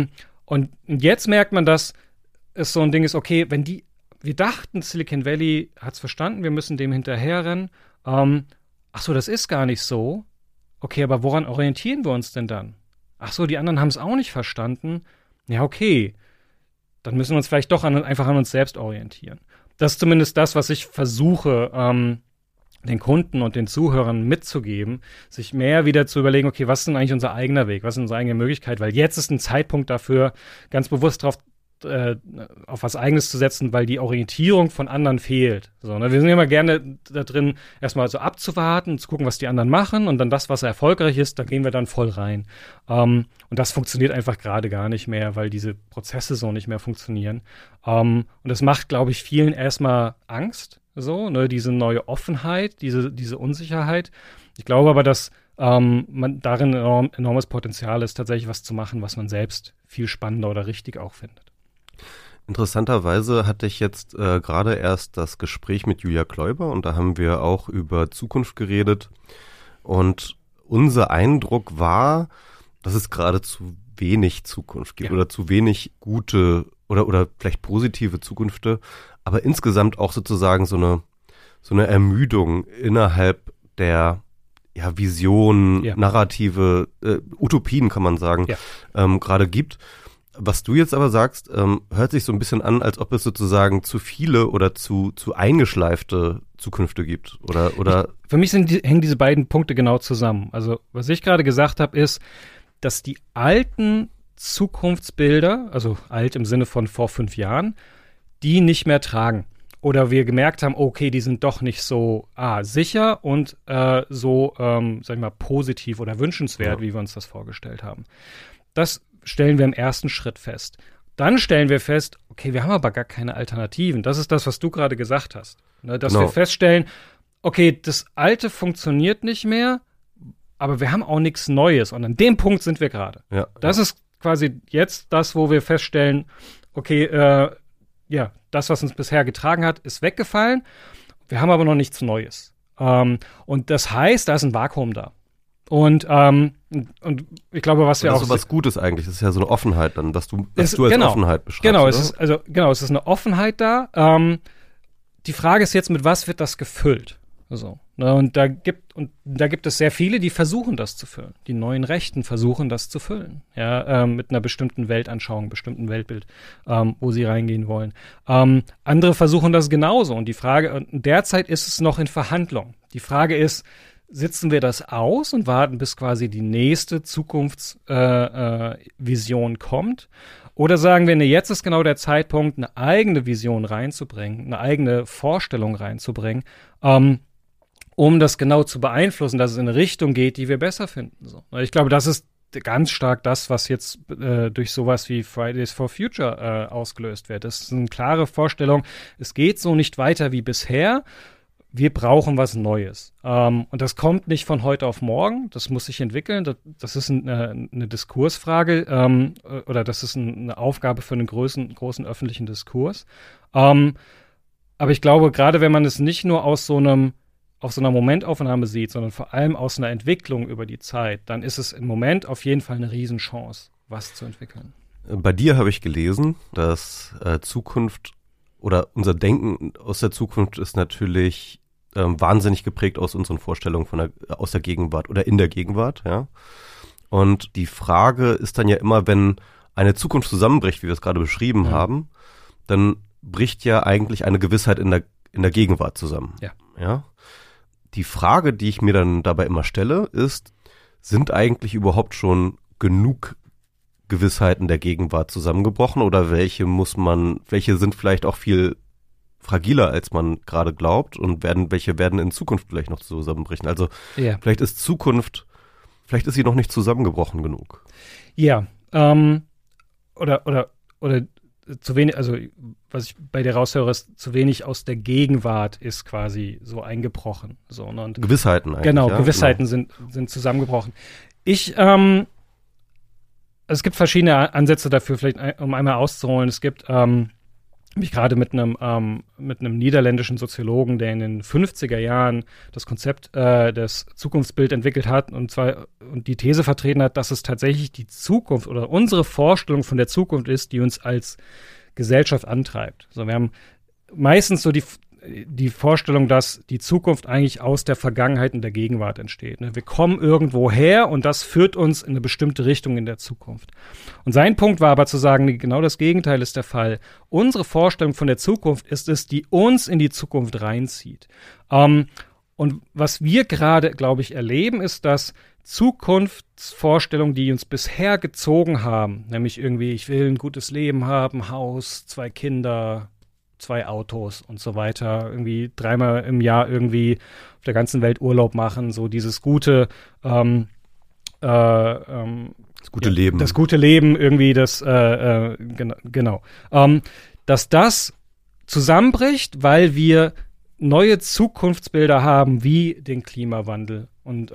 [SPEAKER 5] jetzt merkt man, dass es so ein Ding ist, okay, wir dachten, Silicon Valley hat es verstanden, wir müssen dem hinterherrennen. Ach so, das ist gar nicht so. Okay, aber woran orientieren wir uns denn dann? Ach so, die anderen haben es auch nicht verstanden. Ja, okay, dann müssen wir uns vielleicht doch einfach an uns selbst orientieren. Das ist zumindest das, was ich versuche, den Kunden und den Zuhörern mitzugeben, sich mehr wieder zu überlegen, okay, was ist denn eigentlich unser eigener Weg, was ist unsere eigene Möglichkeit, weil jetzt ist ein Zeitpunkt dafür, ganz bewusst auf was Eigenes zu setzen, weil die Orientierung von anderen fehlt. So, ne? Wir sind immer gerne da drin, erstmal so abzuwarten, zu gucken, was die anderen machen und dann das, was erfolgreich ist, da gehen wir dann voll rein. Und das funktioniert einfach gerade gar nicht mehr, weil diese Prozesse so nicht mehr funktionieren. Und das macht, glaube ich, vielen erstmal Angst, so, ne? Diese neue Offenheit, diese Unsicherheit. Ich glaube aber, dass man darin enormes Potenzial ist, tatsächlich was zu machen, was man selbst viel spannender oder richtig auch findet.
[SPEAKER 3] Interessanterweise hatte ich jetzt gerade erst das Gespräch mit Julia Kläuber und da haben wir auch über Zukunft geredet und unser Eindruck war, dass es gerade zu wenig Zukunft gibt oder zu wenig gute oder vielleicht positive Zukünfte, aber insgesamt auch sozusagen so eine Ermüdung innerhalb der Visionen, Narrative, Utopien kann man sagen, gerade gibt. Was du jetzt aber sagst, hört sich so ein bisschen an, als ob es sozusagen zu viele oder zu eingeschleifte Zukünfte gibt. Oder
[SPEAKER 5] für mich hängen diese beiden Punkte genau zusammen. Also was ich gerade gesagt habe, ist, dass die alten Zukunftsbilder, also alt im Sinne von vor 5 Jahren, die nicht mehr tragen. Oder wir gemerkt haben, okay, die sind doch nicht so sicher und so, sag ich mal, positiv oder wünschenswert, wie wir uns das vorgestellt haben. Das stellen wir im ersten Schritt fest. Dann stellen wir fest, okay, wir haben aber gar keine Alternativen. Das ist das, was du gerade gesagt hast. Ne, dass wir feststellen, okay, das Alte funktioniert nicht mehr, aber wir haben auch nichts Neues. Und an dem Punkt sind wir gerade. Ja, das ist quasi jetzt das, wo wir feststellen, okay, das, was uns bisher getragen hat, ist weggefallen. Wir haben aber noch nichts Neues. Und das heißt, da ist ein Vakuum da. Und ich glaube, was wir auch...
[SPEAKER 3] Das ist so was Gutes eigentlich. Das ist ja so eine Offenheit dann, was du als Offenheit beschreibst. Genau,
[SPEAKER 5] es ist eine Offenheit da. Die Frage ist jetzt, mit was wird das gefüllt? So, ne, und da gibt es sehr viele, die versuchen, das zu füllen. Die neuen Rechten versuchen, das zu füllen. Ja, mit einer bestimmten Weltanschauung, bestimmten Weltbild, wo sie reingehen wollen. Andere versuchen das genauso. Und die Frage, derzeit ist es noch in Verhandlung. Die Frage ist, sitzen wir das aus und warten, bis quasi die nächste Zukunftsvision kommt? Oder sagen wir, ne, jetzt ist genau der Zeitpunkt, eine eigene Vision reinzubringen, eine eigene Vorstellung reinzubringen, um das genau zu beeinflussen, dass es in eine Richtung geht, die wir besser finden. So. Ich glaube, das ist ganz stark das, was jetzt durch sowas wie Fridays for Future ausgelöst wird. Das ist eine klare Vorstellung, es geht so nicht weiter wie bisher. Wir brauchen was Neues. Und das kommt nicht von heute auf morgen. Das muss sich entwickeln. Das ist eine Diskursfrage oder das ist eine Aufgabe für einen großen öffentlichen Diskurs. Aber ich glaube, gerade wenn man es nicht nur aus so einer Momentaufnahme sieht, sondern vor allem aus einer Entwicklung über die Zeit, dann ist es im Moment auf jeden Fall eine Riesenchance, was zu entwickeln.
[SPEAKER 3] Bei dir habe ich gelesen, dass Zukunft oder unser Denken aus der Zukunft ist natürlich wahnsinnig geprägt aus unseren Vorstellungen aus der Gegenwart oder in der Gegenwart, ja. Und die Frage ist dann ja immer, wenn eine Zukunft zusammenbricht, wie wir es gerade beschrieben haben, dann bricht ja eigentlich eine Gewissheit in der Gegenwart zusammen. Ja. Die Frage, die ich mir dann dabei immer stelle, ist, sind eigentlich überhaupt schon genug Gewissheiten der Gegenwart zusammengebrochen oder welche sind vielleicht auch viel fragiler, als man gerade glaubt und welche werden in Zukunft vielleicht noch zusammenbrechen. Also vielleicht ist sie noch nicht zusammengebrochen genug.
[SPEAKER 5] Ja, oder zu wenig, also was ich bei dir raushöre, ist zu wenig aus der Gegenwart ist quasi so eingebrochen. So, und
[SPEAKER 3] Gewissheiten eigentlich.
[SPEAKER 5] Genau, Gewissheiten sind zusammengebrochen. Es gibt verschiedene Ansätze dafür, vielleicht um einmal auszuholen. Es gibt mich gerade mit einem niederländischen Soziologen, der in den 50er Jahren das Konzept des Zukunftsbild entwickelt hat und die These vertreten hat, dass es tatsächlich die Zukunft oder unsere Vorstellung von der Zukunft ist, die uns als Gesellschaft antreibt. So, wir haben meistens so die Vorstellung, dass die Zukunft eigentlich aus der Vergangenheit und der Gegenwart entsteht. Ne? Wir kommen irgendwo her und das führt uns in eine bestimmte Richtung in der Zukunft. Und sein Punkt war aber zu sagen, genau das Gegenteil ist der Fall. Unsere Vorstellung von der Zukunft ist es, die uns in die Zukunft reinzieht. Und was wir gerade, glaube ich, erleben, ist, dass Zukunftsvorstellungen, die uns bisher gezogen haben, nämlich irgendwie, ich will ein gutes Leben haben, Haus, 2 Kinder, 2 Autos und so weiter, irgendwie 3-mal im Jahr irgendwie auf der ganzen Welt Urlaub machen, so dieses gute
[SPEAKER 3] Leben.
[SPEAKER 5] Das gute Leben irgendwie, genau. Dass das zusammenbricht, weil wir neue Zukunftsbilder haben, wie den Klimawandel und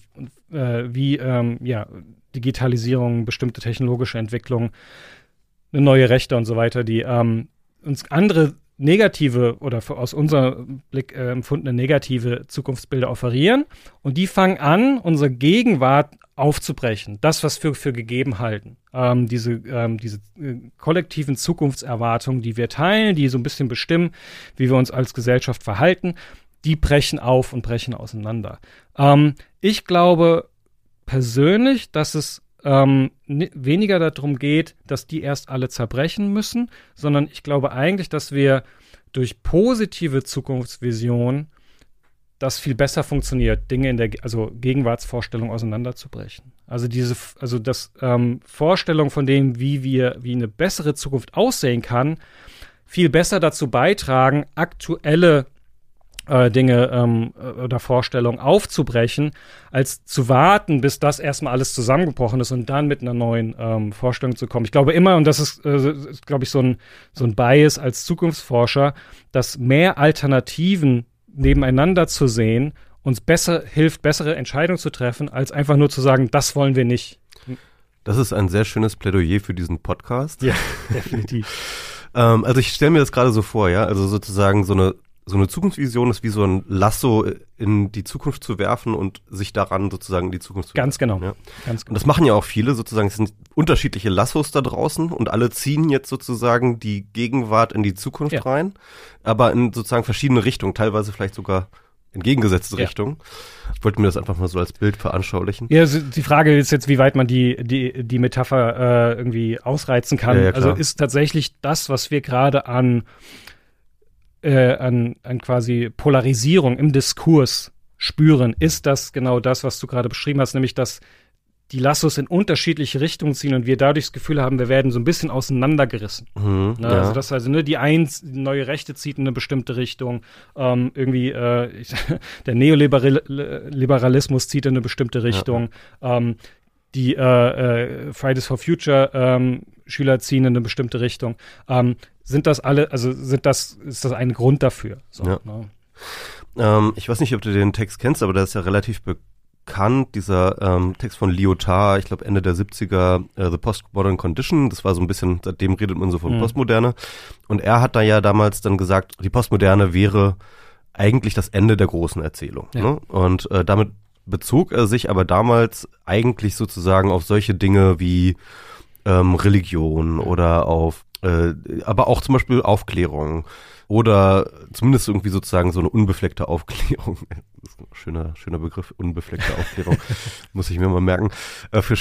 [SPEAKER 5] wie Digitalisierung, bestimmte technologische Entwicklung, neue Rechte und so weiter, die uns andere negative oder aus unserem Blick empfundene negative Zukunftsbilder offerieren und die fangen an, unsere Gegenwart aufzubrechen. Das, was wir für gegeben halten. Diese kollektiven Zukunftserwartungen, die wir teilen, die so ein bisschen bestimmen, wie wir uns als Gesellschaft verhalten, die brechen auf und brechen auseinander. Ich glaube persönlich, dass es weniger darum geht, dass die erst alle zerbrechen müssen, sondern ich glaube eigentlich, dass wir durch positive Zukunftsvision das viel besser funktioniert, Dinge in der Gegenwartsvorstellung auseinanderzubrechen. Also Vorstellung von dem, wie eine bessere Zukunft aussehen kann, viel besser dazu beitragen, aktuelle Dinge oder Vorstellungen aufzubrechen, als zu warten, bis das erstmal alles zusammengebrochen ist und dann mit einer neuen Vorstellung zu kommen. Ich glaube immer, und das ist glaube ich, so ein Bias als Zukunftsforscher, dass mehr Alternativen nebeneinander zu sehen uns hilft, bessere Entscheidungen zu treffen, als einfach nur zu sagen, das wollen wir nicht.
[SPEAKER 3] Das ist ein sehr schönes Plädoyer für diesen Podcast.
[SPEAKER 5] Ja, definitiv.
[SPEAKER 3] Also ich stelle mir das gerade so vor, ja, also sozusagen so eine Zukunftsvision ist wie so ein Lasso in die Zukunft zu werfen und sich daran sozusagen in die Zukunft zu
[SPEAKER 5] Ganz
[SPEAKER 3] werfen.
[SPEAKER 5] genau.
[SPEAKER 3] Ja.
[SPEAKER 5] Ganz genau.
[SPEAKER 3] Und das machen ja auch viele sozusagen. Es sind unterschiedliche Lassos da draußen und alle ziehen jetzt sozusagen die Gegenwart in die Zukunft rein, aber in sozusagen verschiedene Richtungen, teilweise vielleicht sogar entgegengesetzte Richtungen. Ich wollte mir das einfach mal so als Bild veranschaulichen.
[SPEAKER 5] Ja, also die Frage ist jetzt, wie weit man die Metapher irgendwie ausreizen kann.
[SPEAKER 3] Ja,
[SPEAKER 5] also ist tatsächlich das, was wir gerade an quasi Polarisierung im Diskurs spüren, ist das genau das, was du gerade beschrieben hast, nämlich dass die Lassos in unterschiedliche Richtungen ziehen und wir dadurch das Gefühl haben, wir werden so ein bisschen auseinandergerissen. Also die neue Rechte zieht in eine bestimmte Richtung, der Neoliberalismus zieht in eine bestimmte Richtung, die Fridays for Future Schüler ziehen in eine bestimmte Richtung. Sind das alle, also ist das ein Grund dafür? So,
[SPEAKER 3] ja.
[SPEAKER 5] Ne?
[SPEAKER 3] Ich weiß nicht, ob du den Text kennst, aber der ist ja relativ bekannt, dieser Text von Lyotard, ich glaube Ende der 70er, The Postmodern Condition, das war so ein bisschen, seitdem redet man so von Postmoderne. Und er hat da ja damals dann gesagt, die Postmoderne wäre eigentlich das Ende der großen Erzählung.
[SPEAKER 5] Ja.
[SPEAKER 3] Ne? Und damit bezog er sich aber damals eigentlich sozusagen auf solche Dinge wie Religion oder auf aber auch zum Beispiel Aufklärung oder zumindest irgendwie sozusagen so eine unbefleckte Aufklärung. Das ist ein schöner Begriff, unbefleckte Aufklärung. Muss ich mir mal merken, für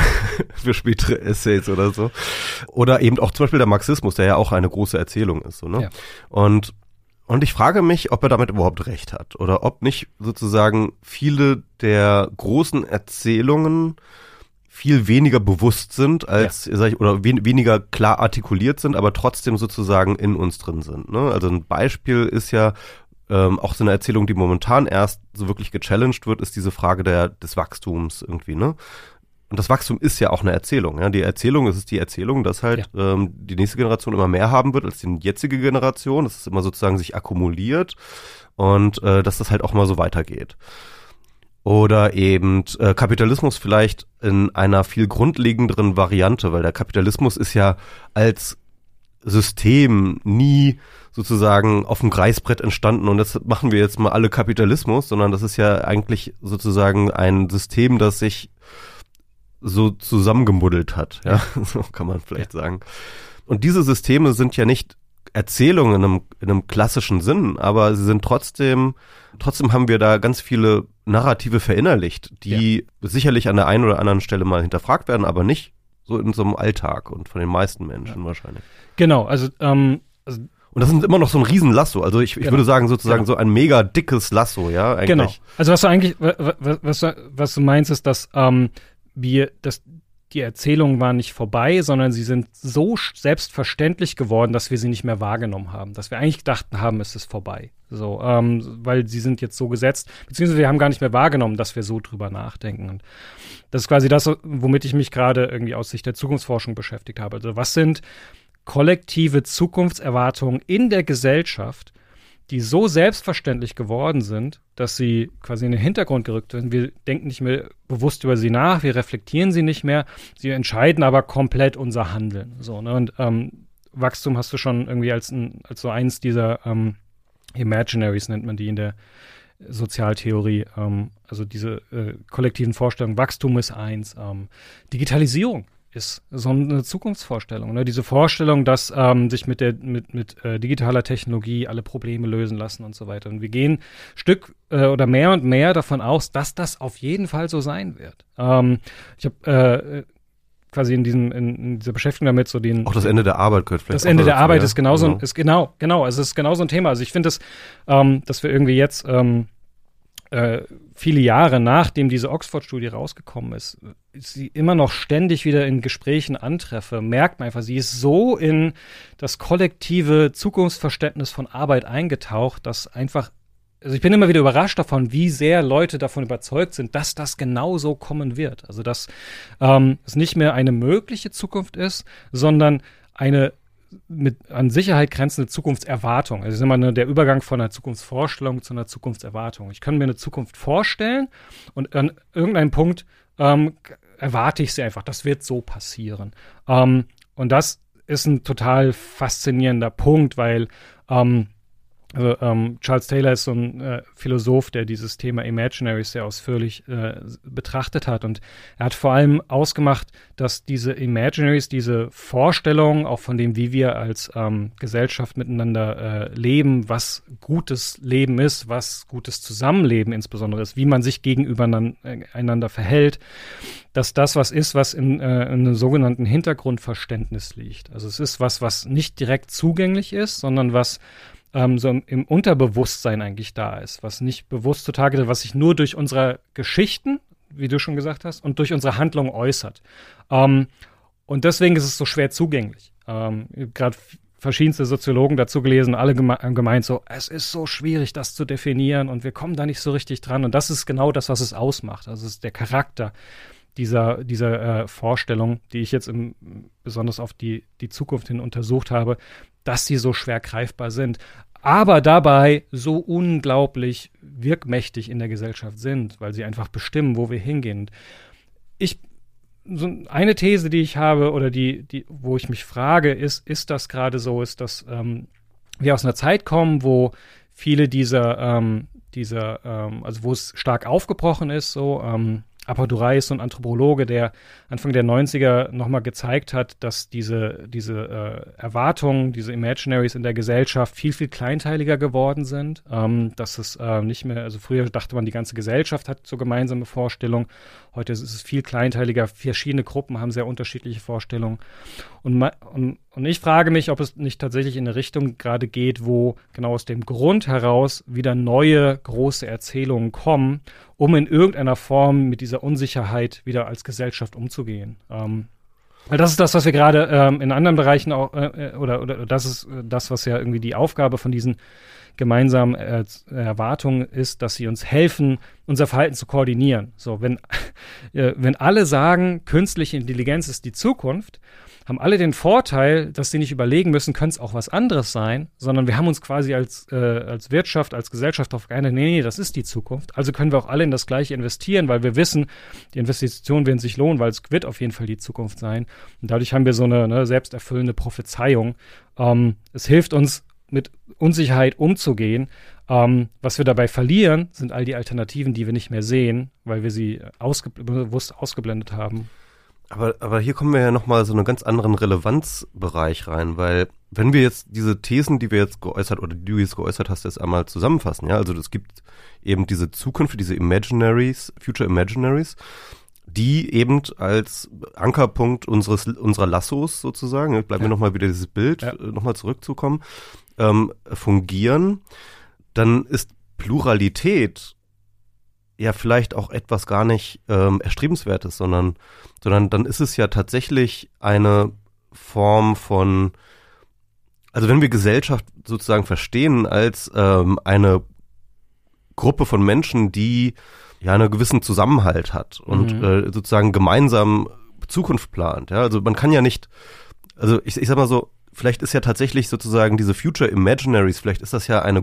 [SPEAKER 3] spätere Essays oder so. Oder eben auch zum Beispiel der Marxismus, der ja auch eine große Erzählung ist. So, ne?
[SPEAKER 5] Ja.
[SPEAKER 3] Und ich frage mich, ob er damit überhaupt recht hat oder ob nicht sozusagen viele der großen Erzählungen viel weniger bewusst sind als, oder weniger klar artikuliert sind, aber trotzdem sozusagen in uns drin sind. Ne? Also ein Beispiel ist ja auch so eine Erzählung, die momentan erst so wirklich gechallenged wird, ist diese Frage des Wachstums irgendwie. Ne? Und das Wachstum ist ja auch eine Erzählung. Ja? Die Erzählung, das ist die Erzählung, dass halt die nächste Generation immer mehr haben wird als die jetzige Generation, dass es immer sozusagen sich akkumuliert und dass das halt auch mal so weitergeht. Oder eben Kapitalismus vielleicht in einer viel grundlegenderen Variante, weil der Kapitalismus ist ja als System nie sozusagen auf dem Reißbrett entstanden und das machen wir jetzt mal alle Kapitalismus, sondern das ist ja eigentlich sozusagen ein System, das sich so zusammengemuddelt hat, ja, so kann man vielleicht sagen. Und diese Systeme sind ja nicht Erzählungen in einem klassischen Sinn, aber sie sind trotzdem haben wir da ganz viele Narrative verinnerlicht, die sicherlich an der einen oder anderen Stelle mal hinterfragt werden, aber nicht so in so einem Alltag und von den meisten Menschen wahrscheinlich.
[SPEAKER 5] Genau, also
[SPEAKER 3] und das ist immer noch so ein Riesenlasso. Also ich würde sagen sozusagen so ein mega dickes Lasso, ja, eigentlich.
[SPEAKER 5] Genau. Also was du meinst, ist, dass die Erzählungen waren nicht vorbei, sondern sie sind so selbstverständlich geworden, dass wir sie nicht mehr wahrgenommen haben. Dass wir eigentlich gedacht haben, es ist vorbei. So, weil sie sind jetzt so gesetzt, beziehungsweise wir haben gar nicht mehr wahrgenommen, dass wir so drüber nachdenken. Und das ist quasi das, womit ich mich gerade irgendwie aus Sicht der Zukunftsforschung beschäftigt habe. Also was sind kollektive Zukunftserwartungen in der Gesellschaft, die so selbstverständlich geworden sind, dass sie quasi in den Hintergrund gerückt sind. Wir denken nicht mehr bewusst über sie nach, wir reflektieren sie nicht mehr, sie entscheiden aber komplett unser Handeln. So, ne? Und Wachstum hast du schon irgendwie als so eins dieser Imaginaries nennt man die in der Sozialtheorie, also diese kollektiven Vorstellungen. Wachstum ist eins, Digitalisierung ist so eine Zukunftsvorstellung. Ne? Diese Vorstellung, dass sich mit digitaler Technologie alle Probleme lösen lassen und so weiter. Und wir gehen Stück oder mehr und mehr davon aus, dass das auf jeden Fall so sein wird. Ich habe quasi in dieser Beschäftigung damit so den...
[SPEAKER 3] Auch das Ende der Arbeit gehört vielleicht.
[SPEAKER 5] Das Ende der Arbeit ist genauso,
[SPEAKER 3] genau.
[SPEAKER 5] Also es ist genauso ein Thema. Also ich finde, dass wir irgendwie jetzt viele Jahre nachdem diese Oxford-Studie rausgekommen ist, sie immer noch ständig wieder in Gesprächen antreffe, merkt man einfach, sie ist so in das kollektive Zukunftsverständnis von Arbeit eingetaucht, dass einfach, also ich bin immer wieder überrascht davon, wie sehr Leute davon überzeugt sind, dass das genau so kommen wird. Also dass es nicht mehr eine mögliche Zukunft ist, sondern eine mit an Sicherheit grenzende Zukunftserwartung. Also ist immer der Übergang von einer Zukunftsvorstellung zu einer Zukunftserwartung. Ich kann mir eine Zukunft vorstellen und an irgendeinem Punkt erwarte ich sie einfach. Das wird so passieren. Und das ist ein total faszinierender Punkt, weil Charles Taylor ist so ein Philosoph, der dieses Thema Imaginaries sehr ausführlich betrachtet hat. Und er hat vor allem ausgemacht, dass diese Imaginaries, diese Vorstellungen, auch von dem, wie wir als Gesellschaft miteinander leben, was gutes Leben ist, was gutes Zusammenleben insbesondere ist, wie man sich gegenübereinander verhält, dass das was ist, was in einem sogenannten Hintergrundverständnis liegt. Also es ist was nicht direkt zugänglich ist, sondern was so im Unterbewusstsein eigentlich da ist, was nicht bewusst zutage tritt, was sich nur durch unsere Geschichten, wie du schon gesagt hast, und durch unsere Handlung äußert. Und deswegen ist es so schwer zugänglich. Ich habe gerade verschiedenste Soziologen dazu gelesen, alle gemeint so, es ist so schwierig, das zu definieren und wir kommen da nicht so richtig dran. Und das ist genau das, was es ausmacht. Also es ist der Charakter dieser Vorstellung, die ich jetzt besonders auf die Zukunft hin untersucht habe, dass sie so schwer greifbar sind, aber dabei so unglaublich wirkmächtig in der Gesellschaft sind, weil sie einfach bestimmen, wo wir hingehen. So eine These, die ich habe oder wo ich mich frage, ist das gerade so, ist, dass wir aus einer Zeit kommen, wo viele also wo es stark aufgebrochen ist, so Appadurai ist so ein Anthropologe, der Anfang der 90er nochmal gezeigt hat, dass diese Erwartungen, diese Imaginaries in der Gesellschaft viel, viel kleinteiliger geworden sind. Dass es nicht mehr, also früher dachte man, die ganze Gesellschaft hat so gemeinsame Vorstellungen. Heute ist es viel kleinteiliger. Verschiedene Gruppen haben sehr unterschiedliche Vorstellungen. Und ich frage mich, ob es nicht tatsächlich in eine Richtung gerade geht, wo genau aus dem Grund heraus wieder neue große Erzählungen kommen, um in irgendeiner Form mit dieser Unsicherheit wieder als Gesellschaft umzugehen. Weil das ist das, was wir gerade in anderen Bereichen auch, oder das ist das, was ja irgendwie die Aufgabe von diesen gemeinsamen Erwartungen ist, dass sie uns helfen, unser Verhalten zu koordinieren. So, wenn alle sagen, künstliche Intelligenz ist die Zukunft, haben alle den Vorteil, dass sie nicht überlegen müssen, könnte es auch was anderes sein, sondern wir haben uns quasi als Wirtschaft, als Gesellschaft darauf geeinigt, nee, das ist die Zukunft. Also können wir auch alle in das Gleiche investieren, weil wir wissen, die Investitionen werden sich lohnen, weil es wird auf jeden Fall die Zukunft sein. Und dadurch haben wir so eine selbsterfüllende Prophezeiung. Es hilft uns, mit Unsicherheit umzugehen. Was wir dabei verlieren, sind all die Alternativen, die wir nicht mehr sehen, weil wir sie bewusst ausgeblendet haben.
[SPEAKER 3] Aber hier kommen wir ja nochmal so einen ganz anderen Relevanzbereich rein, weil wenn wir jetzt diese Thesen, die wir jetzt geäußert oder die du jetzt geäußert hast, jetzt einmal zusammenfassen, ja, also es gibt eben diese Zukunft, diese Imaginaries, Future Imaginaries, die eben als Ankerpunkt unserer Lassos sozusagen, bleiben wir nochmal wieder dieses Bild, nochmal zurückzukommen, fungieren, dann ist Pluralität ja vielleicht auch etwas gar nicht Erstrebenswertes, sondern dann ist es ja tatsächlich eine Form von, also wenn wir Gesellschaft sozusagen verstehen als eine Gruppe von Menschen, die ja einen gewissen Zusammenhalt hat und sozusagen gemeinsam Zukunft plant. Ja? Also man kann ja nicht, also ich sag mal so, vielleicht ist ja tatsächlich sozusagen diese Future Imaginaries, vielleicht ist das ja eine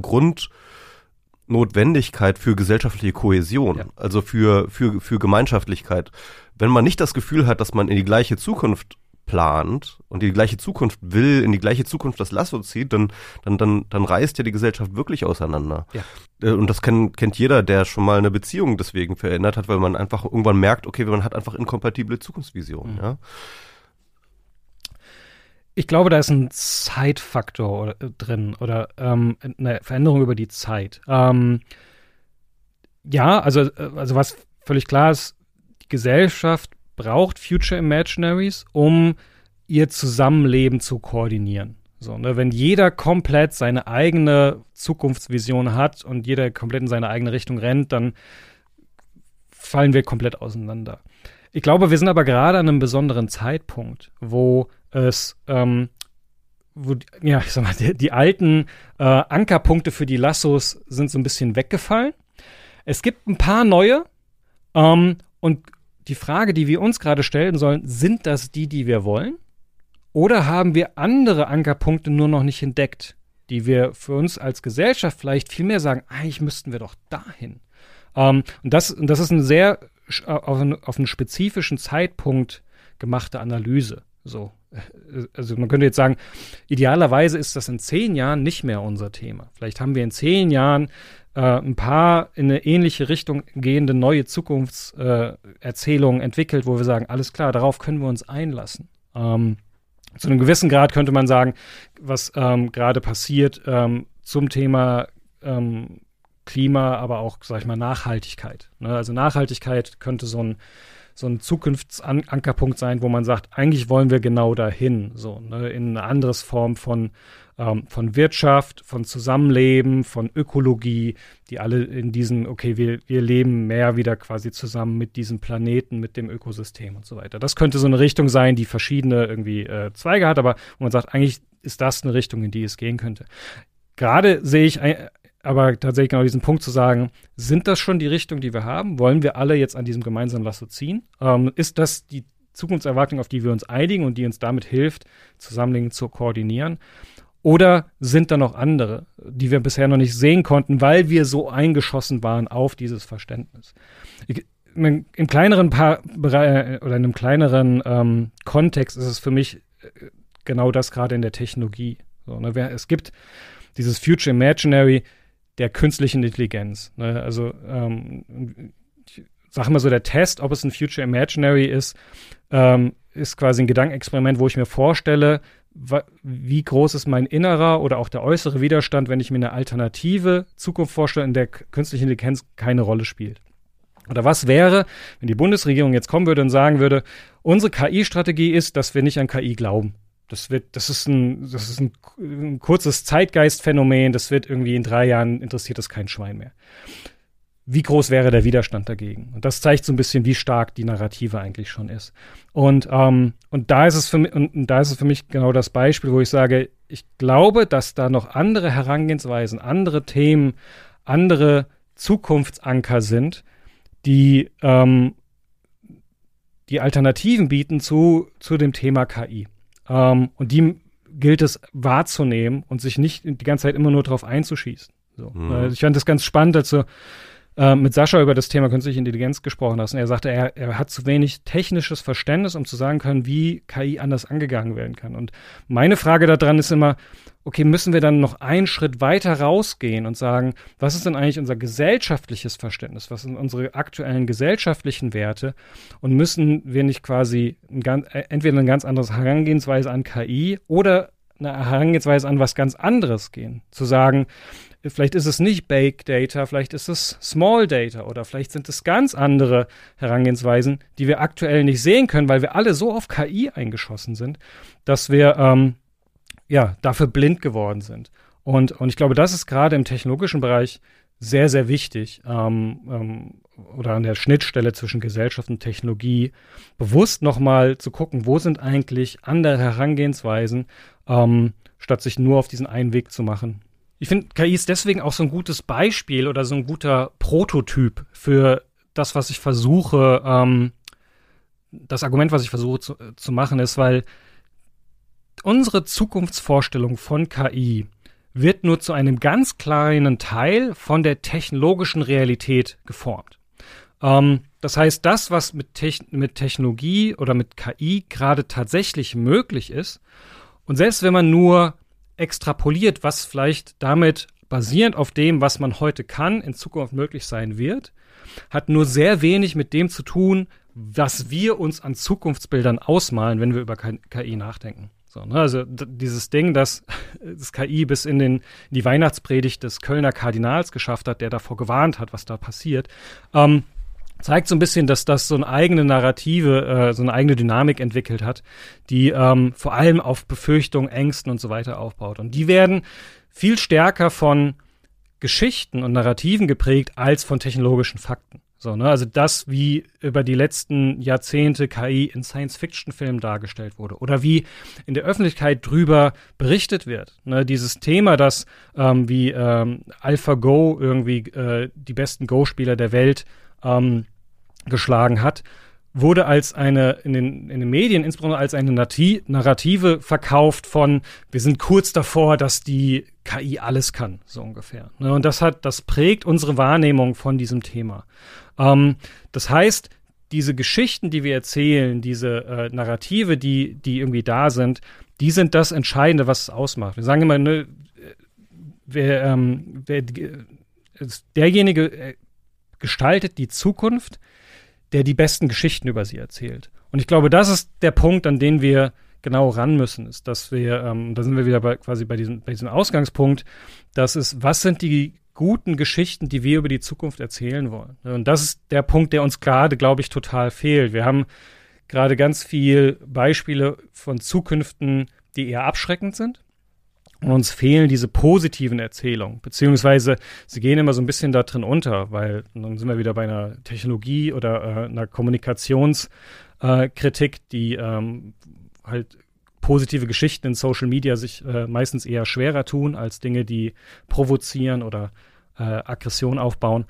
[SPEAKER 3] Grundnotwendigkeit für gesellschaftliche Kohäsion, also für Gemeinschaftlichkeit. Wenn man nicht das Gefühl hat, dass man in die gleiche Zukunft plant und die gleiche Zukunft will, in die gleiche Zukunft das Lasso zieht, dann reißt ja die Gesellschaft wirklich auseinander. Ja. Und das kennt jeder, der schon mal eine Beziehung deswegen verändert hat, weil man einfach irgendwann merkt, okay, man hat einfach inkompatible Zukunftsvisionen. Ja.
[SPEAKER 5] Ich glaube, da ist ein Zeitfaktor drin oder eine Veränderung über die Zeit. Also was völlig klar ist, die Gesellschaft braucht Future Imaginaries, um ihr Zusammenleben zu koordinieren. So, ne, wenn jeder komplett seine eigene Zukunftsvision hat und jeder komplett in seine eigene Richtung rennt, dann fallen wir komplett auseinander. Ich glaube, wir sind aber gerade an einem besonderen Zeitpunkt, wo die alten Ankerpunkte für die Lassos sind so ein bisschen weggefallen. Es gibt ein paar neue und die Frage, die wir uns gerade stellen sollen, sind das die wir wollen? Oder haben wir andere Ankerpunkte nur noch nicht entdeckt, die wir für uns als Gesellschaft vielleicht viel mehr sagen, eigentlich müssten wir doch dahin. Und das ist eine sehr auf einen spezifischen Zeitpunkt gemachte Analyse. So. Also man könnte jetzt sagen, idealerweise ist das in 10 Jahren nicht mehr unser Thema. Vielleicht haben wir in 10 Jahren ein paar in eine ähnliche Richtung gehende neue Zukunftserzählungen entwickelt, wo wir sagen, alles klar, darauf können wir uns einlassen. Zu einem gewissen Grad könnte man sagen, was gerade passiert zum Thema Klima, aber auch, sag ich mal, Nachhaltigkeit. Ne? Also Nachhaltigkeit könnte so ein Zukunftsankerpunkt sein, wo man sagt, eigentlich wollen wir genau dahin, so, ne? In eine andere Form von Wirtschaft, von Zusammenleben, von Ökologie, die alle in diesem, okay, wir leben mehr wieder quasi zusammen mit diesem Planeten, mit dem Ökosystem und so weiter. Das könnte so eine Richtung sein, die verschiedene irgendwie Zweige hat, aber wo man sagt, eigentlich ist das eine Richtung, in die es gehen könnte. Gerade sehe ich aber tatsächlich genau diesen Punkt zu sagen, sind das schon die Richtung, die wir haben? Wollen wir alle jetzt an diesem gemeinsamen Lasso ziehen? Ist das die Zukunftserwartung, auf die wir uns einigen und die uns damit hilft, Zusammenlegen zu koordinieren? Oder sind da noch andere, die wir bisher noch nicht sehen konnten, weil wir so eingeschossen waren auf dieses Verständnis? Im kleineren oder in einem kleineren Kontext ist es für mich genau das gerade in der Technologie. So, ne? Es gibt dieses Future Imaginary der künstlichen Intelligenz. Ne? Also ich sag mal so, der Test, ob es ein Future Imaginary ist quasi ein Gedankenexperiment, wo ich mir vorstelle, wie groß ist mein innerer oder auch der äußere Widerstand, wenn ich mir eine alternative Zukunft vorstelle, in der künstliche Intelligenz keine Rolle spielt. Oder was wäre, wenn die Bundesregierung jetzt kommen würde und sagen würde, unsere KI-Strategie ist, dass wir nicht an KI glauben. Das ist ein kurzes Zeitgeistphänomen, das wird irgendwie in 3 Jahren interessiert es kein Schwein mehr. Wie groß wäre der Widerstand dagegen? Und das zeigt so ein bisschen, wie stark die Narrative eigentlich schon ist. Und da ist es für mich genau das Beispiel, wo ich sage, ich glaube, dass da noch andere Herangehensweisen, andere Themen, andere Zukunftsanker sind, die Alternativen bieten zu dem Thema KI. Und die gilt es wahrzunehmen und sich nicht die ganze Zeit immer nur drauf einzuschießen. So. Ich fand das ganz spannend, als du mit Sascha über das Thema künstliche Intelligenz gesprochen hast. Und er sagte, er hat zu wenig technisches Verständnis, um zu sagen können, wie KI anders angegangen werden kann. Und meine Frage daran ist immer, okay, müssen wir dann noch einen Schritt weiter rausgehen und sagen, was ist denn eigentlich unser gesellschaftliches Verständnis? Was sind unsere aktuellen gesellschaftlichen Werte? Und müssen wir nicht quasi entweder eine ganz andere Herangehensweise an KI oder eine Herangehensweise an was ganz anderes gehen? Zu sagen, vielleicht ist es nicht Big Data, vielleicht ist es Small Data oder vielleicht sind es ganz andere Herangehensweisen, die wir aktuell nicht sehen können, weil wir alle so auf KI eingeschossen sind, dass wir dafür blind geworden sind. Und ich glaube, das ist gerade im technologischen Bereich sehr, sehr wichtig, oder an der Schnittstelle zwischen Gesellschaft und Technologie bewusst nochmal zu gucken, wo sind eigentlich andere Herangehensweisen, statt sich nur auf diesen einen Weg zu machen. Ich finde, KI ist deswegen auch so ein gutes Beispiel oder so ein guter Prototyp für das, was ich versuche, das Argument, was ich versuche zu machen, ist, weil unsere Zukunftsvorstellung von KI wird nur zu einem ganz kleinen Teil von der technologischen Realität geformt. Das heißt, das, was mit Technologie oder mit KI gerade tatsächlich möglich ist, und selbst wenn man nur extrapoliert, was vielleicht damit basierend auf dem, was man heute kann, in Zukunft möglich sein wird, hat nur sehr wenig mit dem zu tun, was wir uns an Zukunftsbildern ausmalen, wenn wir über KI nachdenken. So, ne? Also dieses Ding, dass das KI bis in die Weihnachtspredigt des Kölner Kardinals geschafft hat, der davor gewarnt hat, was da passiert, zeigt so ein bisschen, dass das so eine eigene Narrative, so eine eigene Dynamik entwickelt hat, die vor allem auf Befürchtungen, Ängsten und so weiter aufbaut. Und die werden viel stärker von Geschichten und Narrativen geprägt als von technologischen Fakten. So, ne? Also das, wie über die letzten Jahrzehnte KI in Science-Fiction-Filmen dargestellt wurde oder wie in der Öffentlichkeit drüber berichtet wird. Ne? Dieses Thema, dass wie AlphaGo irgendwie die besten Go-Spieler der Welt geschlagen hat, wurde als in den Medien insbesondere als eine Narrative verkauft von, wir sind kurz davor, dass die KI alles kann, so ungefähr. Und das prägt unsere Wahrnehmung von diesem Thema. Das heißt, diese Geschichten, die wir erzählen, diese Narrative, die irgendwie da sind, die sind das Entscheidende, was es ausmacht. Wir sagen immer, ne, derjenige gestaltet die Zukunft, der die besten Geschichten über sie erzählt. Und ich glaube, das ist der Punkt, an den wir genau ran müssen, ist, dass wir, da sind wir wieder bei diesem Ausgangspunkt, was sind die guten Geschichten, die wir über die Zukunft erzählen wollen. Und das ist der Punkt, der uns gerade, glaube ich, total fehlt. Wir haben gerade ganz viel Beispiele von Zukünften, die eher abschreckend sind. Und uns fehlen diese positiven Erzählungen, beziehungsweise sie gehen immer so ein bisschen da drin unter, weil dann sind wir wieder bei einer Technologie oder einer Kommunikationskritik, die halt positive Geschichten in Social Media sich meistens eher schwerer tun als Dinge, die provozieren oder Aggression aufbauen.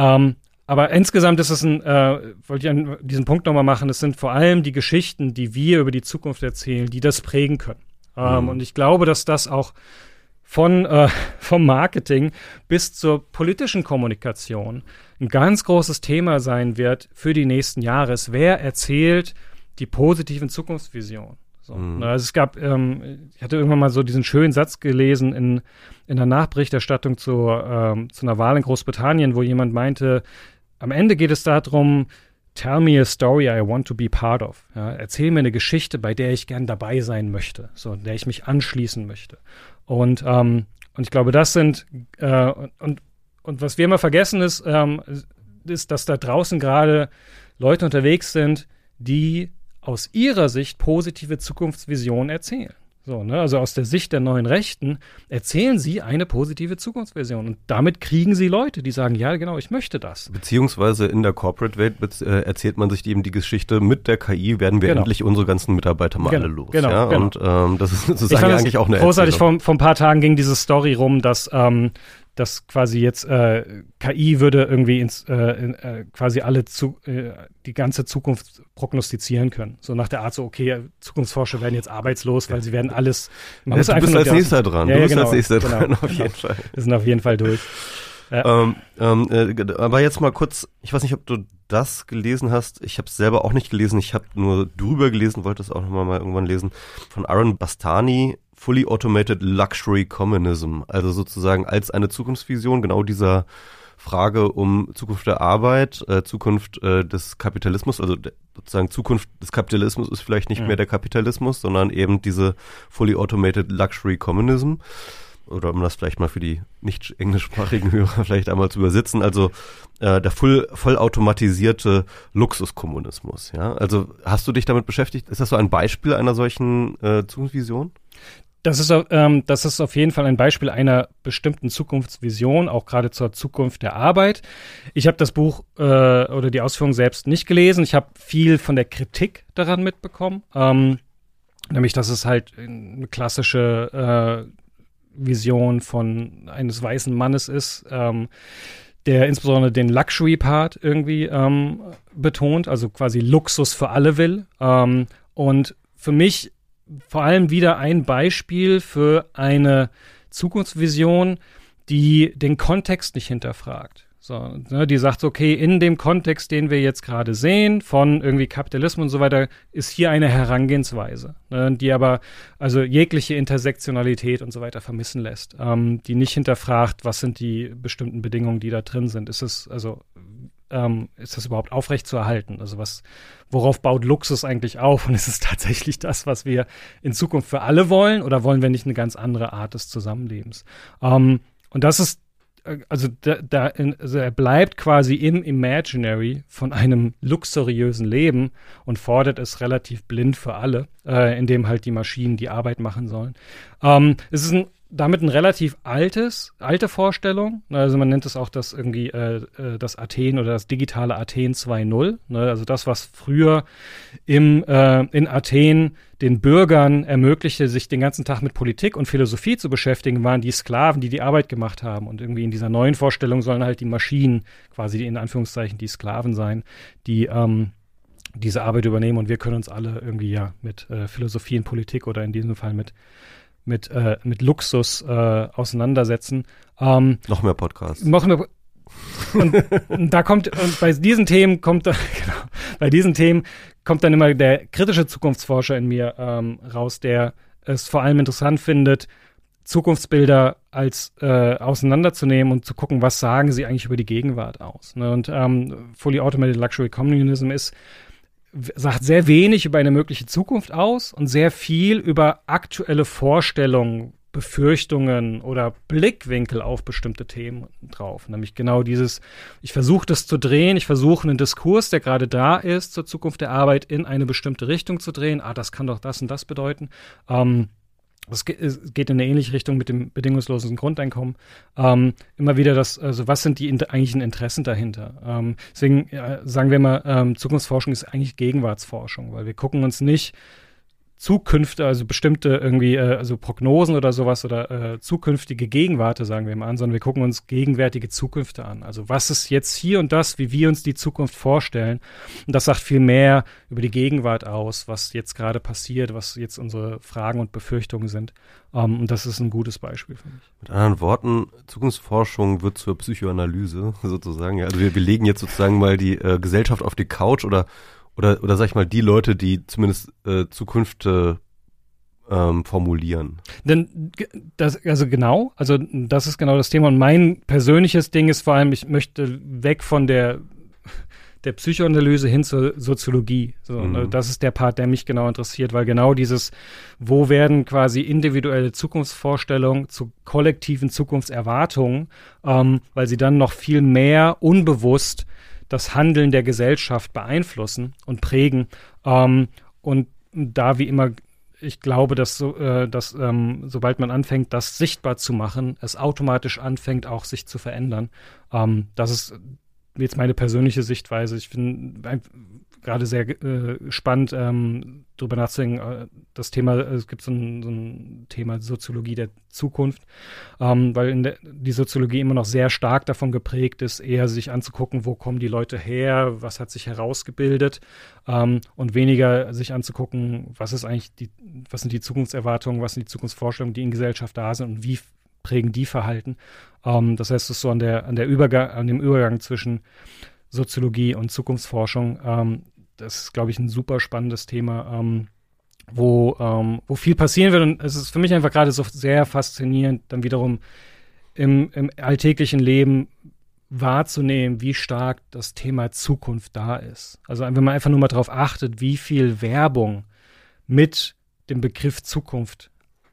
[SPEAKER 5] Aber insgesamt ist es wollte ich diesen Punkt nochmal machen, es sind vor allem die Geschichten, die wir über die Zukunft erzählen, die das prägen können. Und ich glaube, dass das auch vom Marketing bis zur politischen Kommunikation ein ganz großes Thema sein wird für die nächsten Jahre. Wer erzählt die positiven Zukunftsvisionen? So. Also es gab, ich hatte irgendwann mal so diesen schönen Satz gelesen in der Nachberichterstattung zu einer Wahl in Großbritannien, wo jemand meinte, am Ende geht es darum, tell me a story I want to be part of. Ja, erzähl mir eine Geschichte, bei der ich gern dabei sein möchte, so, in der ich mich anschließen möchte. Und ich glaube, das sind und was wir immer vergessen ist, dass da draußen gerade Leute unterwegs sind, die aus ihrer Sicht positive Zukunftsvisionen erzählen. So, ne? Also aus der Sicht der neuen Rechten erzählen sie eine positive Zukunftsvision. Und damit kriegen sie Leute, die sagen, ja, genau, ich möchte das.
[SPEAKER 3] Beziehungsweise in der Corporate-Welt erzählt man sich eben die Geschichte, mit der KI werden wir endlich unsere ganzen Mitarbeiter mal alle los.
[SPEAKER 5] Genau,
[SPEAKER 3] ja?
[SPEAKER 5] genau.
[SPEAKER 3] Und das ist sozusagen eigentlich auch eine
[SPEAKER 5] großartig.
[SPEAKER 3] Erzählung.
[SPEAKER 5] Vor ein paar Tagen ging diese Story rum, dass quasi jetzt KI würde irgendwie quasi die ganze Zukunft prognostizieren können. So nach der Art so, okay, Zukunftsforscher werden jetzt arbeitslos, weil sie werden alles.
[SPEAKER 3] Du bist als nächster dran.
[SPEAKER 5] Ja,
[SPEAKER 3] du bist
[SPEAKER 5] genau,
[SPEAKER 3] als nächster
[SPEAKER 5] genau,
[SPEAKER 3] dran, auf jeden Fall.
[SPEAKER 5] Wir sind auf jeden Fall durch. Ja.
[SPEAKER 3] Aber jetzt mal kurz, ich weiß nicht, ob du das gelesen hast. Ich habe es selber auch nicht gelesen. Ich habe nur drüber gelesen, wollte es auch nochmal mal irgendwann lesen. Von Aaron Bastani, Fully Automated Luxury Communism. Also sozusagen als eine Zukunftsvision genau dieser Frage um Zukunft der Arbeit, Zukunft des Kapitalismus, also sozusagen Zukunft des Kapitalismus ist vielleicht nicht mehr der Kapitalismus, sondern eben diese Fully Automated Luxury Communism. Oder um das vielleicht mal für die nicht englischsprachigen Hörer vielleicht einmal zu übersetzen, also der vollautomatisierte Luxuskommunismus. Ja? Also hast du dich damit beschäftigt? Ist das so ein Beispiel einer solchen Zukunftsvision?
[SPEAKER 5] Das ist auf jeden Fall ein Beispiel einer bestimmten Zukunftsvision, auch gerade zur Zukunft der Arbeit. Ich habe das Buch oder die Ausführungen selbst nicht gelesen. Ich habe viel von der Kritik daran mitbekommen, nämlich, dass es halt eine klassische Vision von eines weißen Mannes ist, der insbesondere den Luxury-Part irgendwie betont, also quasi Luxus für alle will. Und für mich vor allem wieder ein Beispiel für eine Zukunftsvision, die den Kontext nicht hinterfragt. So, ne, die sagt, okay, in dem Kontext, den wir jetzt gerade sehen, von irgendwie Kapitalismus und so weiter, ist hier eine Herangehensweise, ne, die aber also jegliche Intersektionalität und so weiter vermissen lässt, die nicht hinterfragt, was sind die bestimmten Bedingungen, die da drin sind. Ist das überhaupt aufrechtzuerhalten? Also worauf baut Luxus eigentlich auf? Und ist es tatsächlich das, was wir in Zukunft für alle wollen? Oder wollen wir nicht eine ganz andere Art des Zusammenlebens? Und das ist, also er bleibt quasi im Imaginary von einem luxuriösen Leben und fordert es relativ blind für alle, indem halt die Maschinen die Arbeit machen sollen. Es ist damit ein relativ alte Vorstellung. Also man nennt es auch das irgendwie das Athen oder das digitale Athen 2.0. Ne? Also das, was früher in Athen den Bürgern ermöglichte, sich den ganzen Tag mit Politik und Philosophie zu beschäftigen, waren die Sklaven, die Arbeit gemacht haben. Und irgendwie in dieser neuen Vorstellung sollen halt die Maschinen, quasi in Anführungszeichen die Sklaven sein, die diese Arbeit übernehmen. Und wir können uns alle irgendwie ja mit Philosophie und Politik oder in diesem Fall mit Luxus auseinandersetzen.
[SPEAKER 3] Noch mehr Podcasts.
[SPEAKER 5] Und bei diesen Themen kommt dann immer der kritische Zukunftsforscher in mir raus, der es vor allem interessant findet, Zukunftsbilder als auseinanderzunehmen und zu gucken, was sagen sie eigentlich über die Gegenwart aus. Ne? Und Fully Automated Luxury Communism sagt sehr wenig über eine mögliche Zukunft aus und sehr viel über aktuelle Vorstellungen, Befürchtungen oder Blickwinkel auf bestimmte Themen drauf. Nämlich genau dieses, ich versuche das zu drehen, ich versuche einen Diskurs, der gerade da ist, zur Zukunft der Arbeit in eine bestimmte Richtung zu drehen. Das kann doch das und das bedeuten. Es geht in eine ähnliche Richtung mit dem bedingungslosen Grundeinkommen. Immer wieder was sind die eigentlichen Interessen dahinter? Deswegen sagen wir mal, Zukunftsforschung ist eigentlich Gegenwartsforschung, weil wir gucken uns nicht Zukünfte, also bestimmte irgendwie, also Prognosen oder sowas oder zukünftige Gegenwarte, sagen wir mal an, sondern wir gucken uns gegenwärtige Zukünfte an. Also was ist jetzt hier und das, wie wir uns die Zukunft vorstellen. Und das sagt viel mehr über die Gegenwart aus, was jetzt gerade passiert, was jetzt unsere Fragen und Befürchtungen sind. Und das ist ein gutes Beispiel für mich.
[SPEAKER 3] Mit anderen Worten, Zukunftsforschung wird zur Psychoanalyse sozusagen. Ja, also wir legen jetzt sozusagen mal die Gesellschaft auf die Couch oder sag ich mal, die Leute, die zumindest Zukünfte formulieren.
[SPEAKER 5] Denn das ist genau das Thema. Und mein persönliches Ding ist vor allem, ich möchte weg von der Psychoanalyse hin zur Soziologie. So, das ist der Part, der mich genau interessiert, weil genau dieses, wo werden quasi individuelle Zukunftsvorstellungen zu kollektiven Zukunftserwartungen, weil sie dann noch viel mehr unbewusst das Handeln der Gesellschaft beeinflussen und prägen. Und da wie immer, ich glaube, dass sobald man anfängt, das sichtbar zu machen, es automatisch anfängt, auch sich zu verändern. Das ist jetzt meine persönliche Sichtweise. Ich finde gerade sehr spannend, darüber nachzudenken, das Thema, es gibt so ein Thema Soziologie der Zukunft, weil die Soziologie immer noch sehr stark davon geprägt ist, eher sich anzugucken, wo kommen die Leute her, was hat sich herausgebildet, und weniger sich anzugucken, was sind die Zukunftserwartungen, was sind die Zukunftsvorstellungen, die in Gesellschaft da sind und wie prägen die Verhalten. Das heißt, es ist so an dem Übergang zwischen Soziologie und Zukunftsforschung. Das ist, glaube ich, ein super spannendes Thema, wo viel passieren wird. Und es ist für mich einfach gerade so sehr faszinierend, dann wiederum im alltäglichen Leben wahrzunehmen, wie stark das Thema Zukunft da ist. Also wenn man einfach nur mal darauf achtet, wie viel Werbung mit dem Begriff Zukunft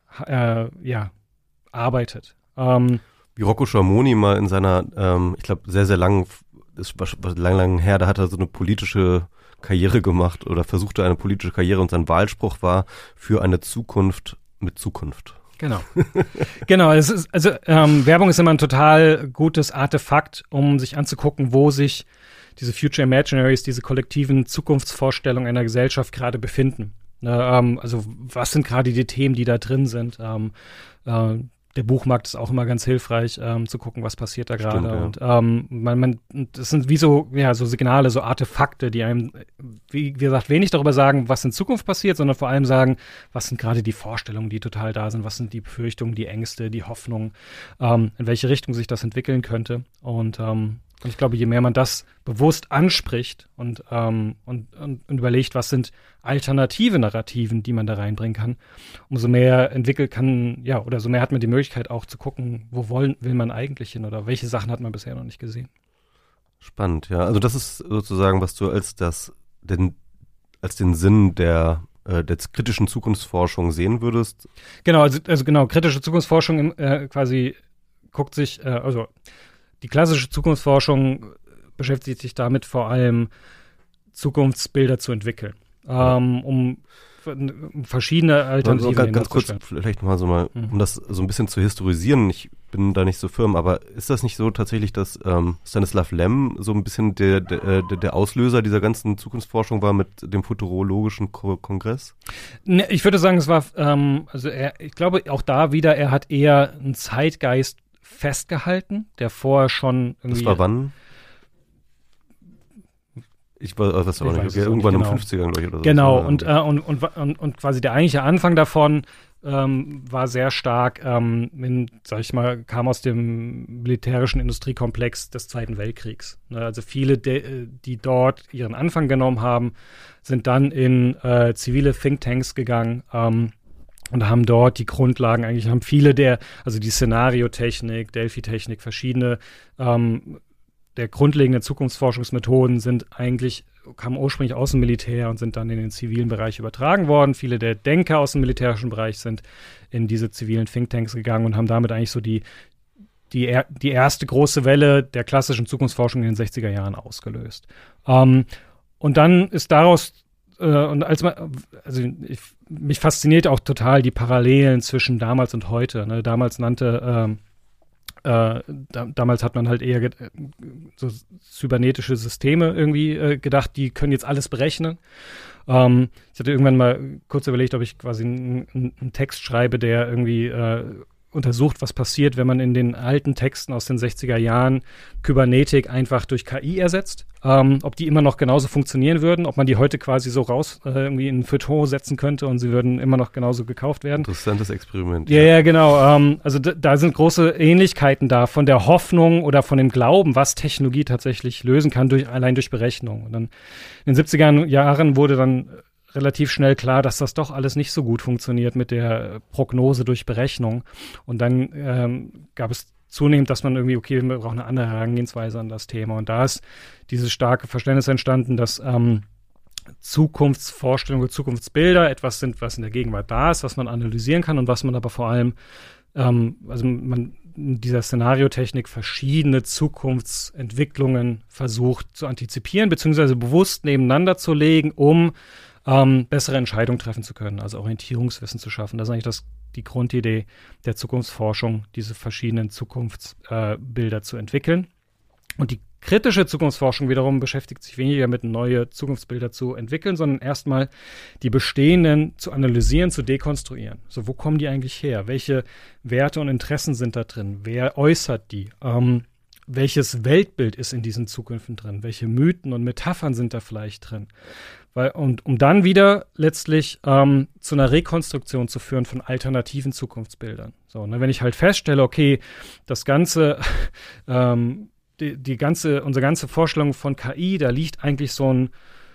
[SPEAKER 5] arbeitet.
[SPEAKER 3] Wie Rocco Schamoni mal in seiner, ich glaube, sehr, sehr lang her, da hat er so eine politische Karriere gemacht oder versuchte eine politische Karriere und sein Wahlspruch war für eine Zukunft mit Zukunft.
[SPEAKER 5] Genau. Genau, Werbung ist immer ein total gutes Artefakt, um sich anzugucken, wo sich diese Future Imaginaries, diese kollektiven Zukunftsvorstellungen einer Gesellschaft gerade befinden. Also was sind gerade die Themen, die da drin sind? Der Buchmarkt ist auch immer ganz hilfreich, zu gucken, was passiert da gerade.
[SPEAKER 3] Ja.
[SPEAKER 5] Und das sind wie so Signale, so Artefakte, die einem, wie gesagt, wenig darüber sagen, was in Zukunft passiert, sondern vor allem sagen, was sind gerade die Vorstellungen, die total da sind, was sind die Befürchtungen, die Ängste, die Hoffnungen, in welche Richtung sich das entwickeln könnte. Und ich glaube, je mehr man das bewusst anspricht und überlegt, was sind alternative Narrativen, die man da reinbringen kann, umso mehr so mehr hat man die Möglichkeit auch zu gucken, wo will man eigentlich hin oder welche Sachen hat man bisher noch nicht gesehen.
[SPEAKER 3] Spannend, ja. Also das ist sozusagen, was du als den Sinn der kritischen Zukunftsforschung sehen würdest.
[SPEAKER 5] Genau, also kritische Zukunftsforschung quasi guckt sich, die klassische Zukunftsforschung beschäftigt sich damit vor allem, Zukunftsbilder zu entwickeln, um verschiedene Alternativen
[SPEAKER 3] ganz kurz, vielleicht mal um das so ein bisschen zu historisieren, ich bin da nicht so firm, aber ist das nicht so tatsächlich, dass Stanislav Lem so ein bisschen der Auslöser dieser ganzen Zukunftsforschung war mit dem Futurologischen Kongress?
[SPEAKER 5] Ne, ich würde sagen, es war, ich glaube auch da wieder, er hat eher einen Zeitgeist festgehalten, der vorher schon irgendwie...
[SPEAKER 3] Das war wann? Ich weiß auch nicht, irgendwann in den 50ern, glaube ich, oder so.
[SPEAKER 5] Genau, und quasi der eigentliche Anfang davon war sehr stark, kam aus dem militärischen Industriekomplex des Zweiten Weltkriegs. Also viele, die dort ihren Anfang genommen haben, sind dann in zivile Thinktanks gegangen, und haben dort die Grundlagen, eigentlich haben viele die Szenariotechnik, Delphi-Technik, verschiedene der grundlegenden Zukunftsforschungsmethoden kamen ursprünglich aus dem Militär und sind dann in den zivilen Bereich übertragen worden. Viele der Denker aus dem militärischen Bereich sind in diese zivilen Thinktanks gegangen und haben damit eigentlich so die erste große Welle der klassischen Zukunftsforschung in den 60er Jahren ausgelöst. Und dann ist daraus mich fasziniert auch total die Parallelen zwischen damals und heute. Ne? Damals nannte damals hat man halt eher so cybernetische Systeme irgendwie gedacht, die können jetzt alles berechnen. Ich hatte irgendwann mal kurz überlegt, ob ich quasi einen Text schreibe, der irgendwie untersucht, was passiert, wenn man in den alten Texten aus den 60er Jahren Kybernetik einfach durch KI ersetzt. Ob die immer noch genauso funktionieren würden, ob man die heute quasi so raus irgendwie in ein Feuilleton setzen könnte und sie würden immer noch genauso gekauft werden.
[SPEAKER 3] Interessantes Experiment.
[SPEAKER 5] Ja, genau. Also da sind große Ähnlichkeiten da von der Hoffnung oder von dem Glauben, was Technologie tatsächlich lösen kann, allein durch Berechnung. Und dann in den 70er Jahren wurde dann relativ schnell klar, dass das doch alles nicht so gut funktioniert mit der Prognose durch Berechnung. Und dann gab es zunehmend, dass man irgendwie, okay, wir brauchen eine andere Herangehensweise an das Thema. Und da ist dieses starke Verständnis entstanden, dass Zukunftsvorstellungen, Zukunftsbilder etwas sind, was in der Gegenwart da ist, was man analysieren kann und was man aber vor allem, man in dieser Szenariotechnik verschiedene Zukunftsentwicklungen versucht zu antizipieren, beziehungsweise bewusst nebeneinander zu legen, um bessere Entscheidungen treffen zu können, also Orientierungswissen zu schaffen. Das ist eigentlich die Grundidee der Zukunftsforschung, diese verschiedenen Zukunftsbilder zu entwickeln. Und die kritische Zukunftsforschung wiederum beschäftigt sich weniger mit neue Zukunftsbilder zu entwickeln, sondern erstmal die bestehenden zu analysieren, zu dekonstruieren. So, wo kommen die eigentlich her? Welche Werte und Interessen sind da drin? Wer äußert die? Welches Weltbild ist in diesen Zukünften drin? Welche Mythen und Metaphern sind da vielleicht drin? Um dann wieder letztlich zu einer Rekonstruktion zu führen von alternativen Zukunftsbildern. So, ne, wenn ich halt feststelle, okay, das Ganze, unsere ganze Vorstellung von KI, da liegt eigentlich so ein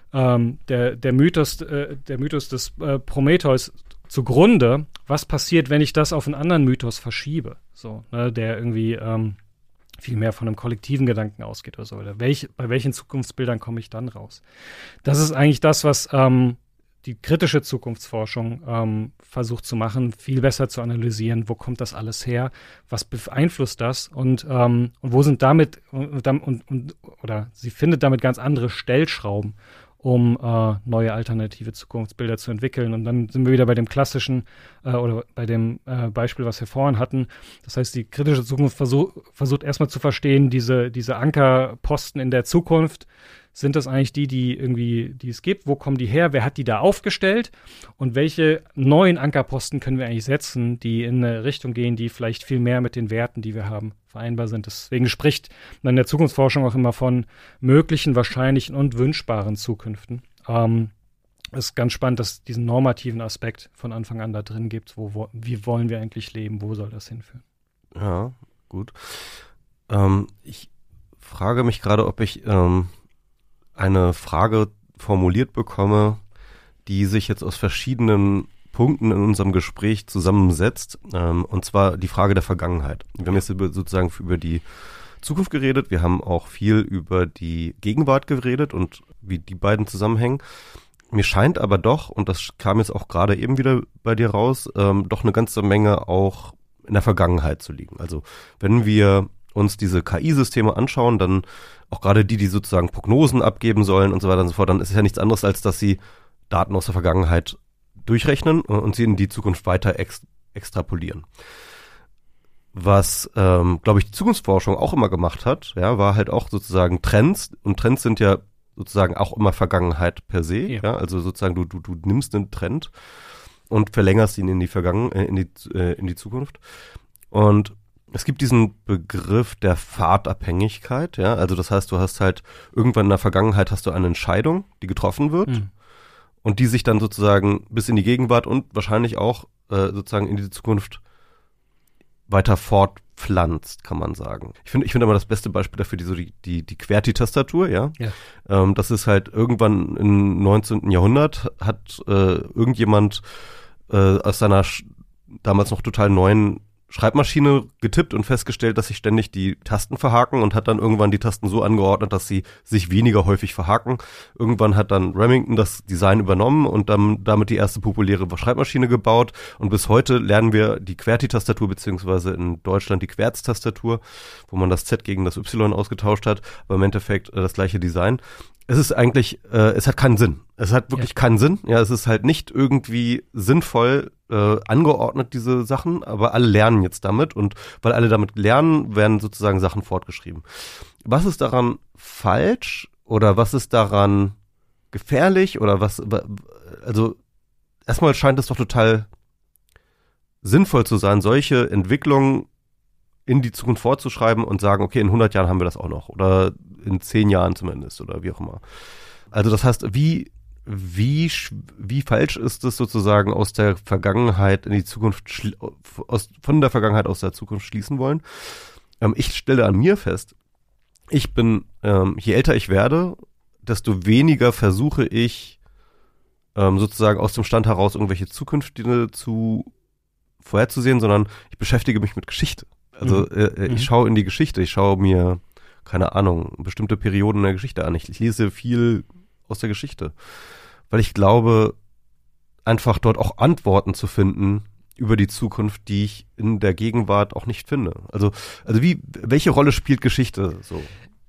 [SPEAKER 5] der Mythos des Prometheus zugrunde. Was passiert, wenn ich das auf einen anderen Mythos verschiebe? So, ne, der irgendwie viel mehr von einem kollektiven Gedanken ausgeht oder so. Oder bei welchen Zukunftsbildern komme ich dann raus? Das ist eigentlich das, was die kritische Zukunftsforschung versucht zu machen, viel besser zu analysieren, wo kommt das alles her, was beeinflusst das und wo sind oder sie findet damit ganz andere Stellschrauben, um neue alternative Zukunftsbilder zu entwickeln. Und dann sind wir wieder bei dem klassischen oder bei dem Beispiel, was wir vorhin hatten. Das heißt, die kritische Zukunft versucht erstmal zu verstehen, diese Ankerposten in der Zukunft, sind das eigentlich die es gibt? Wo kommen die her? Wer hat die da aufgestellt? Und welche neuen Ankerposten können wir eigentlich setzen, die in eine Richtung gehen, die vielleicht viel mehr mit den Werten, die wir haben, vereinbar sind? Deswegen spricht man in der Zukunftsforschung auch immer von möglichen, wahrscheinlichen und wünschbaren Zukünften. Es ist ganz spannend, dass es diesen normativen Aspekt von Anfang an da drin gibt. Wie wollen wir eigentlich leben? Wo soll das hinführen?
[SPEAKER 3] Ja, gut. Ich frage mich gerade, ob ich eine Frage formuliert bekomme, die sich jetzt aus verschiedenen Punkten in unserem Gespräch zusammensetzt, und zwar die Frage der Vergangenheit. Wir haben jetzt sozusagen über die Zukunft geredet, wir haben auch viel über die Gegenwart geredet und wie die beiden zusammenhängen. Mir scheint aber doch, und das kam jetzt auch gerade eben wieder bei dir raus, doch eine ganze Menge auch in der Vergangenheit zu liegen. Also wenn wir uns diese KI-Systeme anschauen, dann auch gerade die sozusagen Prognosen abgeben sollen und so weiter und so fort, dann ist es ja nichts anderes, als dass sie Daten aus der Vergangenheit durchrechnen und sie in die Zukunft weiter extrapolieren. Was, glaube ich, die Zukunftsforschung auch immer gemacht hat, ja, war halt auch sozusagen Trends, und Trends sind ja sozusagen auch immer Vergangenheit per se, ja, also sozusagen du nimmst einen Trend und verlängerst ihn in die Zukunft. Und es gibt diesen Begriff der Pfadabhängigkeit, ja, also das heißt, du hast halt irgendwann in der Vergangenheit hast du eine Entscheidung, die getroffen wird und die sich dann sozusagen bis in die Gegenwart und wahrscheinlich auch sozusagen in die Zukunft weiter fortpflanzt, kann man sagen. Ich finde immer das beste Beispiel dafür die QWERTY-Tastatur, ja. Das ist halt irgendwann im 19. Jahrhundert hat irgendjemand aus seiner damals noch total neuen Schreibmaschine getippt und festgestellt, dass sich ständig die Tasten verhaken, und hat dann irgendwann die Tasten so angeordnet, dass sie sich weniger häufig verhaken. Irgendwann hat dann Remington das Design übernommen und dann damit die erste populäre Schreibmaschine gebaut, und bis heute lernen wir die QWERTY-Tastatur, beziehungsweise in Deutschland die Querz-Tastatur, wo man das Z gegen das Y ausgetauscht hat, aber im Endeffekt das gleiche Design. es ist eigentlich, es hat keinen Sinn. Es hat wirklich keinen Sinn. Ja, es ist halt nicht irgendwie sinnvoll angeordnet, diese Sachen, aber alle lernen jetzt damit und weil alle damit lernen, werden sozusagen Sachen fortgeschrieben. Was ist daran falsch oder was ist daran gefährlich oder was, also erstmal scheint es doch total sinnvoll zu sein, solche Entwicklungen in die Zukunft fortzuschreiben und sagen, okay, in 100 Jahren haben wir das auch noch oder in 10 Jahren zumindest oder wie auch immer. Also das heißt, wie falsch ist es sozusagen aus der Vergangenheit in die Zukunft, von der Vergangenheit aus der Zukunft schließen wollen? Ich stelle an mir fest, ich bin, je älter ich werde, desto weniger versuche ich sozusagen aus dem Stand heraus irgendwelche Zukünfte vorherzusehen, sondern ich beschäftige mich mit Geschichte. Also ich schaue in die Geschichte, ich schaue mir, keine Ahnung, bestimmte Perioden der Geschichte an. Ich lese viel aus der Geschichte, weil ich glaube, einfach dort auch Antworten zu finden über die Zukunft, die ich in der Gegenwart auch nicht finde. Also welche Rolle spielt Geschichte so?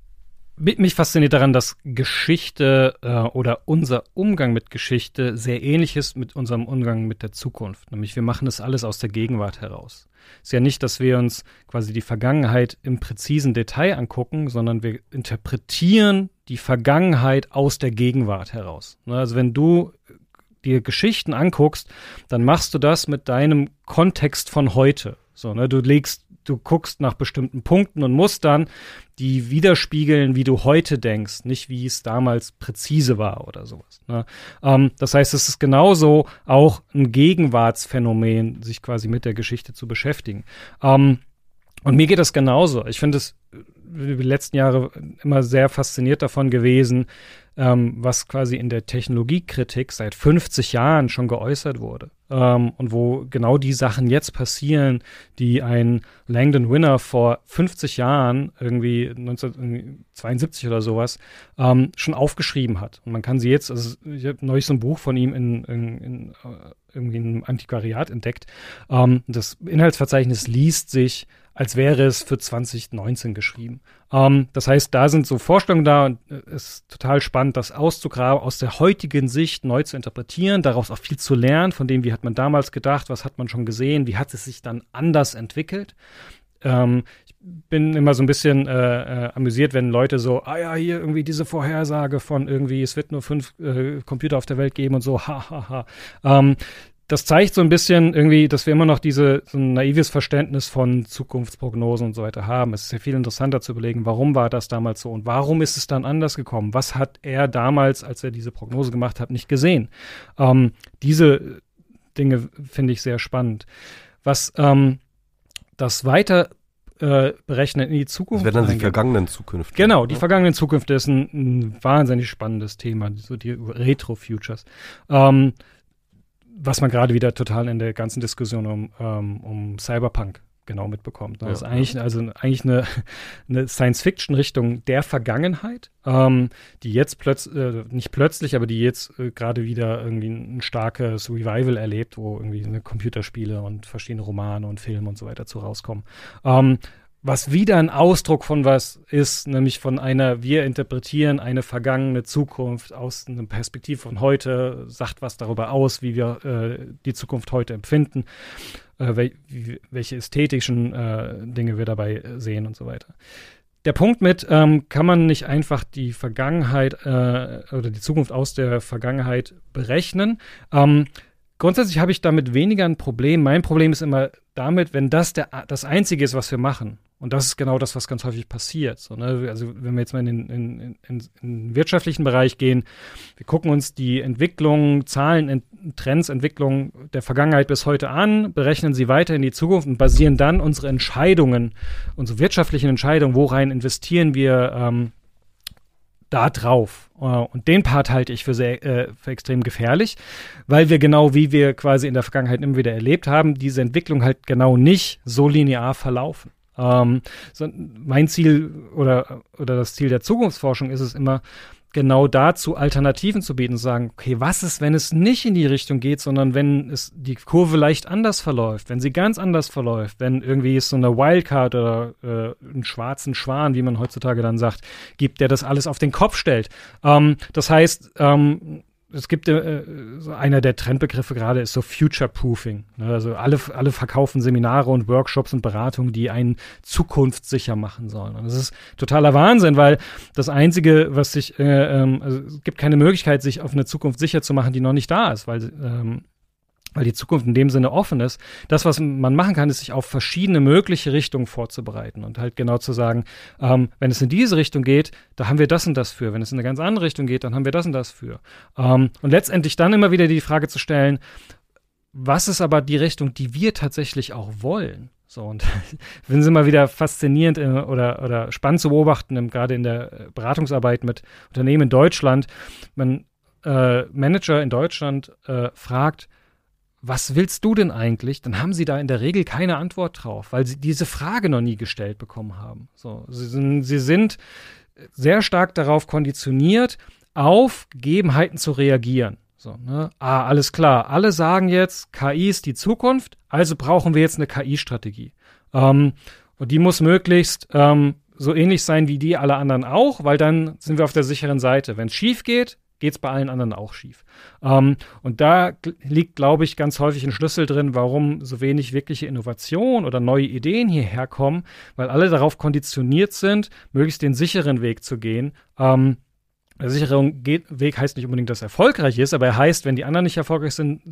[SPEAKER 5] Mich fasziniert daran, dass Geschichte oder unser Umgang mit Geschichte sehr ähnlich ist mit unserem Umgang mit der Zukunft. Nämlich wir machen das alles aus der Gegenwart heraus. Es ist ja nicht, dass wir uns quasi die Vergangenheit im präzisen Detail angucken, sondern wir interpretieren die Vergangenheit aus der Gegenwart heraus. Also wenn du dir Geschichten anguckst, dann machst du das mit deinem Kontext von heute. So, ne? Du guckst nach bestimmten Punkten und musst dann die widerspiegeln, wie du heute denkst, nicht wie es damals präzise war oder sowas. Ne? Das heißt, es ist genauso auch ein Gegenwartsphänomen, sich quasi mit der Geschichte zu beschäftigen. Und mir geht das genauso. Ich finde es die letzten Jahre immer sehr fasziniert davon gewesen, was quasi in der Technologiekritik seit 50 Jahren schon geäußert wurde. Und wo genau die Sachen jetzt passieren, die ein Langdon Winner vor 50 Jahren, irgendwie 1972 oder sowas, schon aufgeschrieben hat. Und man kann sie jetzt, also ich habe neulich so ein Buch von ihm in irgendwie einem Antiquariat entdeckt. Das Inhaltsverzeichnis liest sich, als wäre es für 2019 geschrieben. Das heißt, da sind so Vorstellungen da und es ist total spannend, das auszugraben, aus der heutigen Sicht neu zu interpretieren, daraus auch viel zu lernen, von dem, wie hat man damals gedacht, was hat man schon gesehen, wie hat es sich dann anders entwickelt. Ich bin immer so ein bisschen amüsiert, wenn Leute so, hier irgendwie diese Vorhersage von irgendwie, es wird nur 5 Computer auf der Welt geben und so, das zeigt so ein bisschen irgendwie, dass wir immer noch so ein naives Verständnis von Zukunftsprognosen und so weiter haben. Es ist ja viel interessanter zu überlegen, warum war das damals so und warum ist es dann anders gekommen? Was hat er damals, als er diese Prognose gemacht hat, nicht gesehen? Diese Dinge finde ich sehr spannend. Was das weiter berechnen in die Zukunft.
[SPEAKER 3] Das wären dann die vergangenen Zukünfte.
[SPEAKER 5] Genau, die vergangenen Zukünfte ist ein wahnsinnig spannendes Thema, so die Retro-Futures. Was man gerade wieder total in der ganzen Diskussion um Cyberpunk genau mitbekommt. Das ist eigentlich eine Science-Fiction-Richtung der Vergangenheit, die jetzt nicht plötzlich, aber die jetzt gerade wieder irgendwie ein starkes Revival erlebt, wo irgendwie Computerspiele und verschiedene Romane und Filme und so weiter zu rauskommen. Was wieder ein Ausdruck von was ist, nämlich wir interpretieren eine vergangene Zukunft aus einer Perspektive von heute, sagt was darüber aus, wie wir die Zukunft heute empfinden, welche ästhetischen Dinge wir dabei sehen und so weiter. Der Punkt kann man nicht einfach die Vergangenheit oder die Zukunft aus der Vergangenheit berechnen. Grundsätzlich habe ich damit weniger ein Problem. Mein Problem ist immer damit, wenn das das Einzige ist, was wir machen. Und das ist genau das, was ganz häufig passiert. So, ne? Also wenn wir jetzt mal in den wirtschaftlichen Bereich gehen, wir gucken uns die Entwicklung, Zahlen, Trends, Entwicklung der Vergangenheit bis heute an, berechnen sie weiter in die Zukunft und basieren dann unsere Entscheidungen, unsere wirtschaftlichen Entscheidungen, worein investieren wir da drauf. Und den Part halte ich für extrem gefährlich, weil wir genau, wie wir quasi in der Vergangenheit immer wieder erlebt haben, diese Entwicklung halt genau nicht so linear verlaufen. Mein Ziel oder das Ziel der Zukunftsforschung ist es immer, genau dazu Alternativen zu bieten, zu sagen, okay, was ist, wenn es nicht in die Richtung geht, sondern wenn es die Kurve leicht anders verläuft, wenn sie ganz anders verläuft, wenn irgendwie es so eine Wildcard oder einen schwarzen Schwan, wie man heutzutage dann sagt, gibt, der das alles auf den Kopf stellt. Das heißt, es gibt so einer der Trendbegriffe gerade ist so Future-Proofing. Ne? Also alle verkaufen Seminare und Workshops und Beratungen, die einen zukunftssicher machen sollen. Und das ist totaler Wahnsinn, weil das Einzige, was sich, also es gibt keine Möglichkeit, sich auf eine Zukunft sicher zu machen, die noch nicht da ist, weil die Zukunft in dem Sinne offen ist. Das, was man machen kann, ist, sich auf verschiedene mögliche Richtungen vorzubereiten und halt genau zu sagen, wenn es in diese Richtung geht, da haben wir das und das für. Wenn es in eine ganz andere Richtung geht, dann haben wir das und das für. Und letztendlich dann immer wieder die Frage zu stellen, was ist aber die Richtung, die wir tatsächlich auch wollen? So, und finden Sie mal wieder faszinierend oder spannend zu beobachten, gerade in der Beratungsarbeit mit Unternehmen in Deutschland. Man Manager in Deutschland fragt, was willst du denn eigentlich? Dann haben sie da in der Regel keine Antwort drauf, weil sie diese Frage noch nie gestellt bekommen haben. So, sie sind sehr stark darauf konditioniert, auf Gegebenheiten zu reagieren. So, ne? Alles klar. Alle sagen jetzt, KI ist die Zukunft, also brauchen wir jetzt eine KI-Strategie. Und die muss möglichst so ähnlich sein wie die alle anderen auch, weil dann sind wir auf der sicheren Seite. Wenn es schief geht, geht es bei allen anderen auch schief. Und da liegt, glaube ich, ganz häufig ein Schlüssel drin, warum so wenig wirkliche Innovation oder neue Ideen hierher kommen, weil alle darauf konditioniert sind, möglichst den sicheren Weg zu gehen. Der sichere Weg heißt nicht unbedingt, dass er erfolgreich ist, aber er heißt, wenn die anderen nicht erfolgreich sind,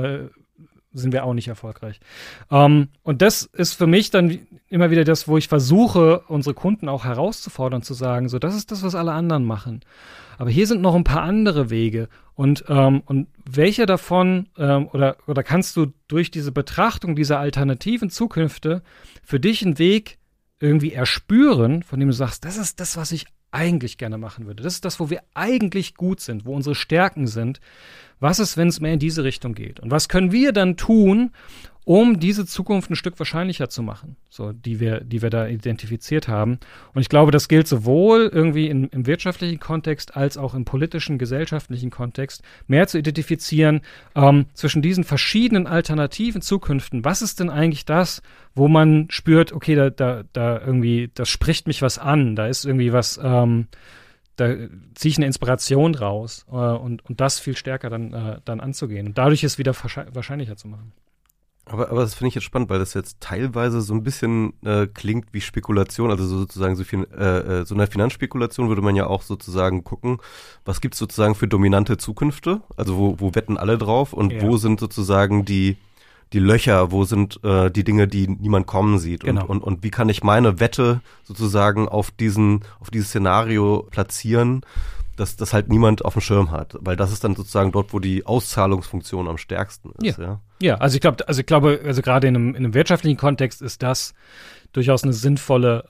[SPEAKER 5] sind wir auch nicht erfolgreich. Und das ist für mich dann immer wieder das, wo ich versuche, unsere Kunden auch herauszufordern, zu sagen, so, das ist das, was alle anderen machen. Aber hier sind noch ein paar andere Wege. Und welche davon oder kannst du durch diese Betrachtung dieser alternativen Zukünfte für dich einen Weg irgendwie erspüren, von dem du sagst, das ist das, was ich eigentlich gerne machen würde. Das ist das, wo wir eigentlich gut sind, wo unsere Stärken sind. Was ist, wenn es mehr in diese Richtung geht? Und was können wir dann tun, um diese Zukunft ein Stück wahrscheinlicher zu machen, so die wir da identifiziert haben. Und ich glaube, das gilt sowohl irgendwie im wirtschaftlichen Kontext als auch im politischen, gesellschaftlichen Kontext, mehr zu identifizieren zwischen diesen verschiedenen alternativen Zukünften. Was ist denn eigentlich das, wo man spürt, okay, da irgendwie, das spricht mich was an, da ist irgendwie was, da ziehe ich eine Inspiration raus und das viel stärker dann anzugehen und dadurch es wieder wahrscheinlicher zu machen.
[SPEAKER 3] Aber das finde ich jetzt spannend, weil das jetzt teilweise so ein bisschen klingt wie Spekulation, also sozusagen so eine Finanzspekulation würde man ja auch sozusagen gucken, was gibt's sozusagen für dominante Zukünfte, also wo wetten alle drauf und wo sind sozusagen die Löcher, wo sind die Dinge, die niemand kommen sieht und wie kann ich meine Wette sozusagen auf dieses Szenario platzieren, dass das halt niemand auf dem Schirm hat, weil das ist dann sozusagen dort, wo die Auszahlungsfunktion am stärksten ist.
[SPEAKER 5] Ja, also ich glaube, gerade in einem wirtschaftlichen Kontext ist das durchaus eine sinnvolle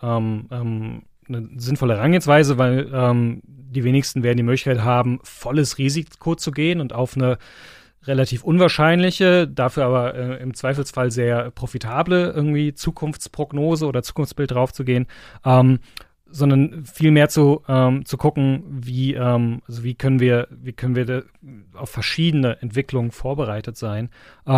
[SPEAKER 5] Herangehensweise, weil die wenigsten werden die Möglichkeit haben, volles Risiko zu gehen und auf eine relativ unwahrscheinliche, dafür aber im Zweifelsfall sehr profitable irgendwie Zukunftsprognose oder Zukunftsbild draufzugehen, sondern viel mehr zu gucken, wie können wir auf verschiedene Entwicklungen vorbereitet sein.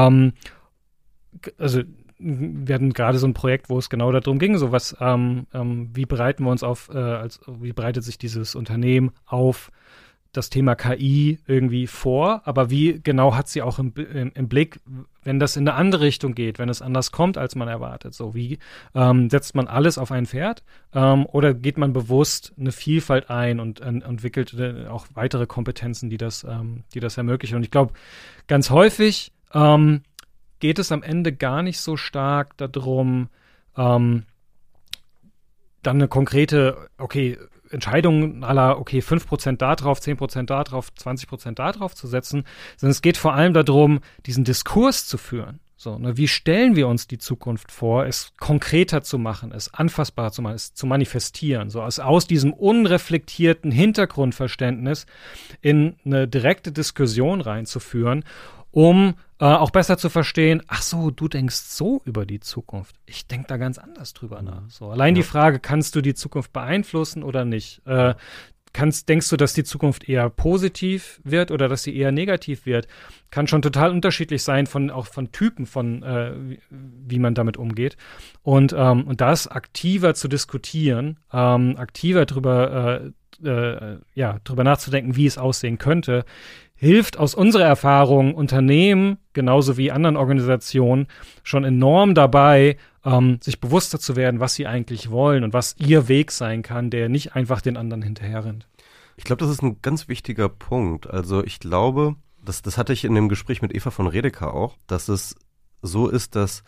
[SPEAKER 5] Also wir hatten gerade so ein Projekt, wo es genau darum ging, so was, wie bereiten wir uns wie bereitet sich dieses Unternehmen auf das Thema KI irgendwie vor, aber wie genau hat sie auch im Blick, wenn das in eine andere Richtung geht, wenn es anders kommt, als man erwartet. So, wie setzt man alles auf ein Pferd oder geht man bewusst eine Vielfalt ein und entwickelt auch weitere Kompetenzen, die das ermöglichen. Und ich glaube, ganz häufig geht es am Ende gar nicht so stark darum, dann eine konkrete, Entscheidungen à la, 5% da drauf, 10% da drauf, 20% da drauf zu setzen, sondern es geht vor allem darum, diesen Diskurs zu führen. So, ne, wie stellen wir uns die Zukunft vor, es konkreter zu machen, es anfassbar zu machen, es zu manifestieren, so aus diesem unreflektierten Hintergrundverständnis in eine direkte Diskussion reinzuführen, um auch besser zu verstehen, ach so, du denkst so über die Zukunft. Ich denke da ganz anders drüber nach. So, allein die Frage, kannst du die Zukunft beeinflussen oder nicht? denkst du, dass die Zukunft eher positiv wird oder dass sie eher negativ wird? Kann schon total unterschiedlich sein auch von Typen, wie man damit umgeht. Und das aktiver zu diskutieren, aktiver drüber nachzudenken, wie es aussehen könnte, hilft aus unserer Erfahrung Unternehmen, genauso wie anderen Organisationen, schon enorm dabei, sich bewusster zu werden, was sie eigentlich wollen und was ihr Weg sein kann, der nicht einfach den anderen hinterherrennt.
[SPEAKER 3] Ich glaube, das ist ein ganz wichtiger Punkt. Also ich glaube, das hatte ich in dem Gespräch mit Eva von Redeker auch, dass es so ist, dass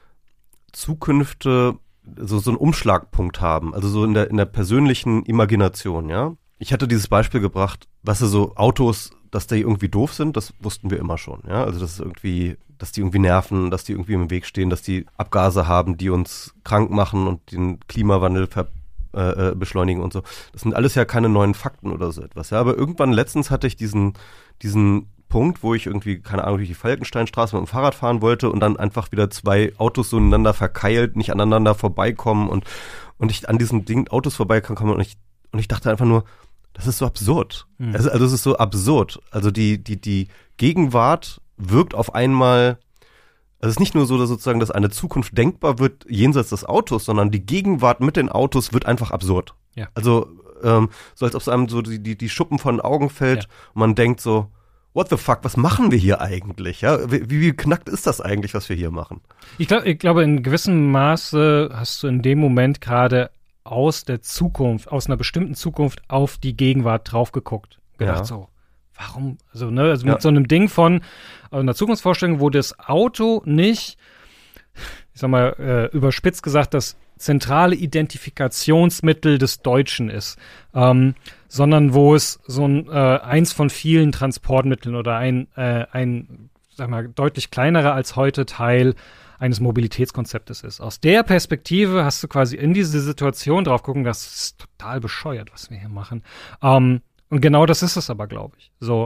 [SPEAKER 3] Zukünfte so einen Umschlagpunkt haben, also so in der persönlichen Imagination, ja. Ich hatte dieses Beispiel gebracht, so Autos, dass die irgendwie doof sind, das wussten wir immer schon, ja. Also dass die irgendwie nerven, dass die irgendwie im Weg stehen, dass die Abgase haben, die uns krank machen und den Klimawandel beschleunigen und so. Das sind alles ja keine neuen Fakten oder so etwas, ja. Aber irgendwann letztens hatte ich diesen Punkt, wo ich irgendwie, keine Ahnung, durch die Falkensteinstraße mit dem Fahrrad fahren wollte und dann einfach wieder zwei Autos so ineinander verkeilt, nicht aneinander vorbeikommen und ich an diesen Autos vorbeikomme und ich dachte einfach nur, das ist so absurd. Mhm. Also es ist so absurd. Also die Gegenwart wirkt auf einmal, also es ist nicht nur so, dass sozusagen, dass eine Zukunft denkbar wird jenseits des Autos, sondern die Gegenwart mit den Autos wird einfach absurd.
[SPEAKER 5] Ja.
[SPEAKER 3] Also so als ob es einem so die Schuppen von den Augen fällt und man denkt so, what the fuck, was machen wir hier eigentlich? Ja? Wie knackt ist das eigentlich, was wir hier machen?
[SPEAKER 5] Ich glaube, in gewissem Maße hast du in dem Moment gerade aus einer bestimmten Zukunft auf die Gegenwart drauf geguckt. Gedacht so, warum? Also mit so einem Ding von einer Zukunftsvorstellung, wo das Auto nicht, ich sag mal, überspitzt gesagt, das zentrale Identifikationsmittel des Deutschen ist, sondern wo es so eins von vielen Transportmitteln oder ein sag mal, deutlich kleinerer als heute Teil eines Mobilitätskonzeptes ist. Aus der Perspektive hast du quasi in diese Situation drauf gucken, das ist total bescheuert, was wir hier machen. Und genau das ist es aber, glaube ich. So,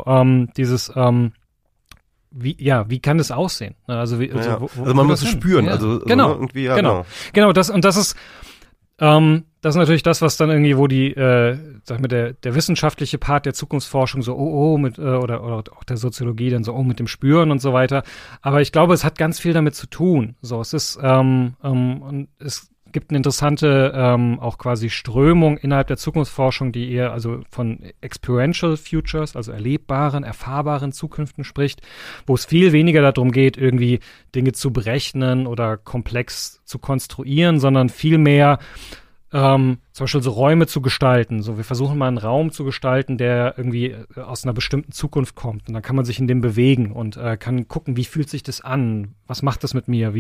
[SPEAKER 5] wie kann das aussehen? Also,
[SPEAKER 3] also man muss es spüren.
[SPEAKER 5] Ja.
[SPEAKER 3] Also
[SPEAKER 5] genau.
[SPEAKER 3] Irgendwie,
[SPEAKER 5] genau. Das ist natürlich das, was dann irgendwie, wo der wissenschaftliche Part der Zukunftsforschung so, oder auch der Soziologie dann so, mit dem Spüren und so weiter. Aber ich glaube, es hat ganz viel damit zu tun. So, es ist, und es gibt eine interessante, auch quasi Strömung innerhalb der Zukunftsforschung, die eher also von Experiential Futures, also erfahrbaren Zukünften spricht, wo es viel weniger darum geht, irgendwie Dinge zu berechnen oder komplex zu konstruieren, sondern viel mehr zum Beispiel so Räume zu gestalten. So, wir versuchen mal einen Raum zu gestalten, der irgendwie aus einer bestimmten Zukunft kommt. Und dann kann man sich in dem bewegen und kann gucken, wie fühlt sich das an? Was macht das mit mir?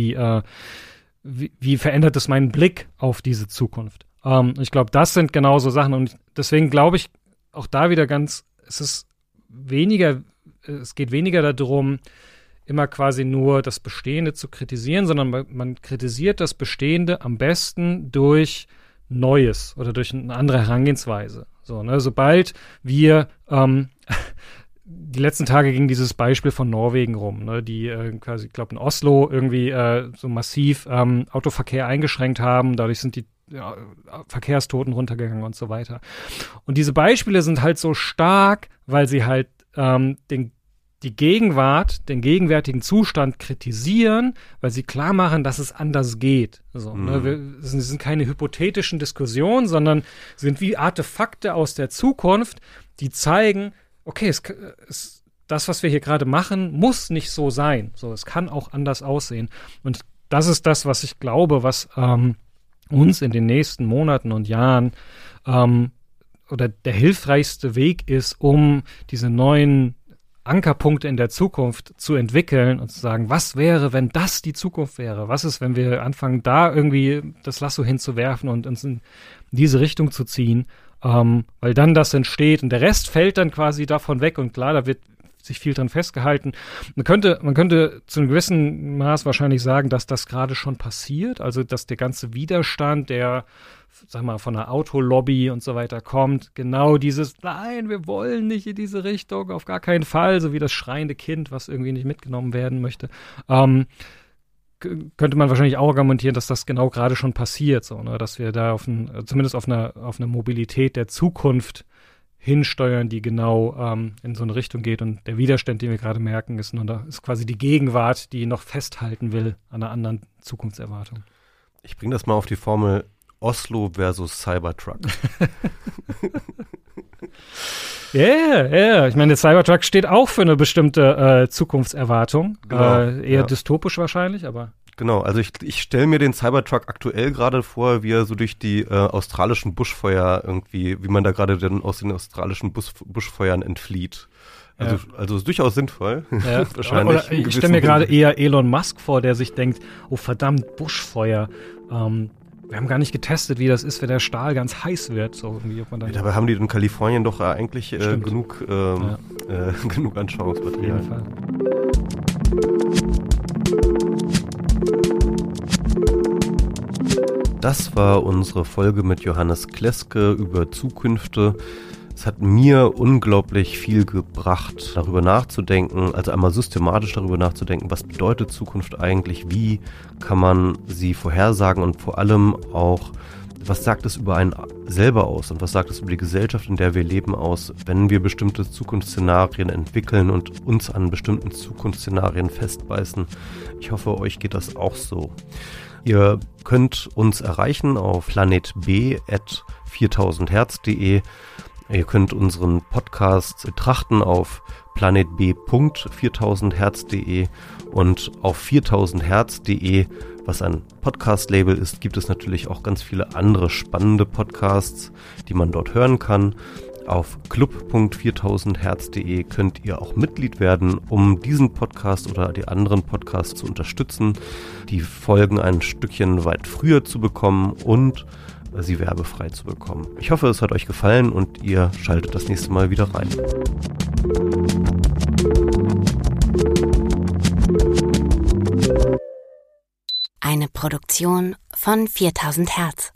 [SPEAKER 5] Wie verändert es meinen Blick auf diese Zukunft? Ich glaube, das sind genauso Sachen. Und deswegen glaube ich auch da wieder es geht weniger darum, immer quasi nur das Bestehende zu kritisieren, sondern man kritisiert das Bestehende am besten durch Neues oder durch eine andere Herangehensweise. So, ne? Sobald wir die letzten Tage ging dieses Beispiel von Norwegen rum, ne, die quasi, ich glaube in Oslo irgendwie so massiv Autoverkehr eingeschränkt haben, dadurch sind die Verkehrstoten runtergegangen und so weiter. Und diese Beispiele sind halt so stark, weil sie halt die Gegenwart, den gegenwärtigen Zustand kritisieren, weil sie klar machen, dass es anders geht. So, ne? Es sind keine hypothetischen Diskussionen, sondern sind wie Artefakte aus der Zukunft, die zeigen, okay, das, was wir hier gerade machen, muss nicht so sein. So, es kann auch anders aussehen. Und das ist das, was ich glaube, was uns in den nächsten Monaten und Jahren oder der hilfreichste Weg ist, um diese neuen Ankerpunkte in der Zukunft zu entwickeln und zu sagen, was wäre, wenn das die Zukunft wäre? Was ist, wenn wir anfangen, da irgendwie das Lasso hinzuwerfen und uns in diese Richtung zu ziehen? Weil dann das entsteht und der Rest fällt dann quasi davon weg und klar, da wird sich viel dran festgehalten. Man könnte zu einem gewissen Maß wahrscheinlich sagen, dass das gerade schon passiert, also dass der ganze Widerstand, der, sag mal, von der Autolobby und so weiter kommt, genau dieses, nein, wir wollen nicht in diese Richtung, auf gar keinen Fall, so wie das schreiende Kind, was irgendwie nicht mitgenommen werden möchte, könnte man wahrscheinlich auch argumentieren, dass das genau gerade schon passiert, so, ne, dass wir da zumindest auf eine Mobilität der Zukunft hinsteuern, die genau in so eine Richtung geht. Und der Widerstand, den wir gerade merken, ist quasi die Gegenwart, die noch festhalten will an einer anderen Zukunftserwartung.
[SPEAKER 3] Ich bringe das mal auf die Formel Oslo versus Cybertruck.
[SPEAKER 5] Ja. Ich meine, der Cybertruck steht auch für eine bestimmte Zukunftserwartung.
[SPEAKER 3] Genau,
[SPEAKER 5] eher dystopisch wahrscheinlich, aber...
[SPEAKER 3] Genau, also ich stelle mir den Cybertruck aktuell gerade vor, wie er so durch die australischen Buschfeuer irgendwie, wie man da gerade dann aus den australischen Buschfeuern entflieht. Also ist durchaus sinnvoll.
[SPEAKER 5] Ja.
[SPEAKER 3] Wahrscheinlich.
[SPEAKER 5] Oder ich stelle mir gerade eher Elon Musk vor, der sich denkt, oh verdammt, Buschfeuer. Wir haben gar nicht getestet, wie das ist, wenn der Stahl ganz heiß wird. So irgendwie, ob man dann
[SPEAKER 3] dabei haben die in Kalifornien doch eigentlich genug Anschauungsmaterial.
[SPEAKER 5] Auf jeden Fall.
[SPEAKER 3] Das war unsere Folge mit Johannes Kleske über Zukünfte. Es hat mir unglaublich viel gebracht, darüber nachzudenken, also einmal systematisch darüber nachzudenken, was bedeutet Zukunft eigentlich, wie kann man sie vorhersagen und vor allem auch, was sagt es über einen selber aus und was sagt es über die Gesellschaft, in der wir leben, aus, wenn wir bestimmte Zukunftsszenarien entwickeln und uns an bestimmten Zukunftsszenarien festbeißen. Ich hoffe, euch geht das auch so. Ihr könnt uns erreichen auf planetb@4000herz.de. Ihr könnt unseren Podcast betrachten auf planetb.4000herz.de und auf 4000herz.de, was ein Podcast-Label ist, gibt es natürlich auch ganz viele andere spannende Podcasts, die man dort hören kann. Auf club.4000herz.de könnt ihr auch Mitglied werden, um diesen Podcast oder die anderen Podcasts zu unterstützen, die Folgen ein Stückchen weit früher zu bekommen und sie werbefrei zu bekommen. Ich hoffe, es hat euch gefallen und ihr schaltet das nächste Mal wieder rein.
[SPEAKER 1] Eine Produktion von 4000 Hertz.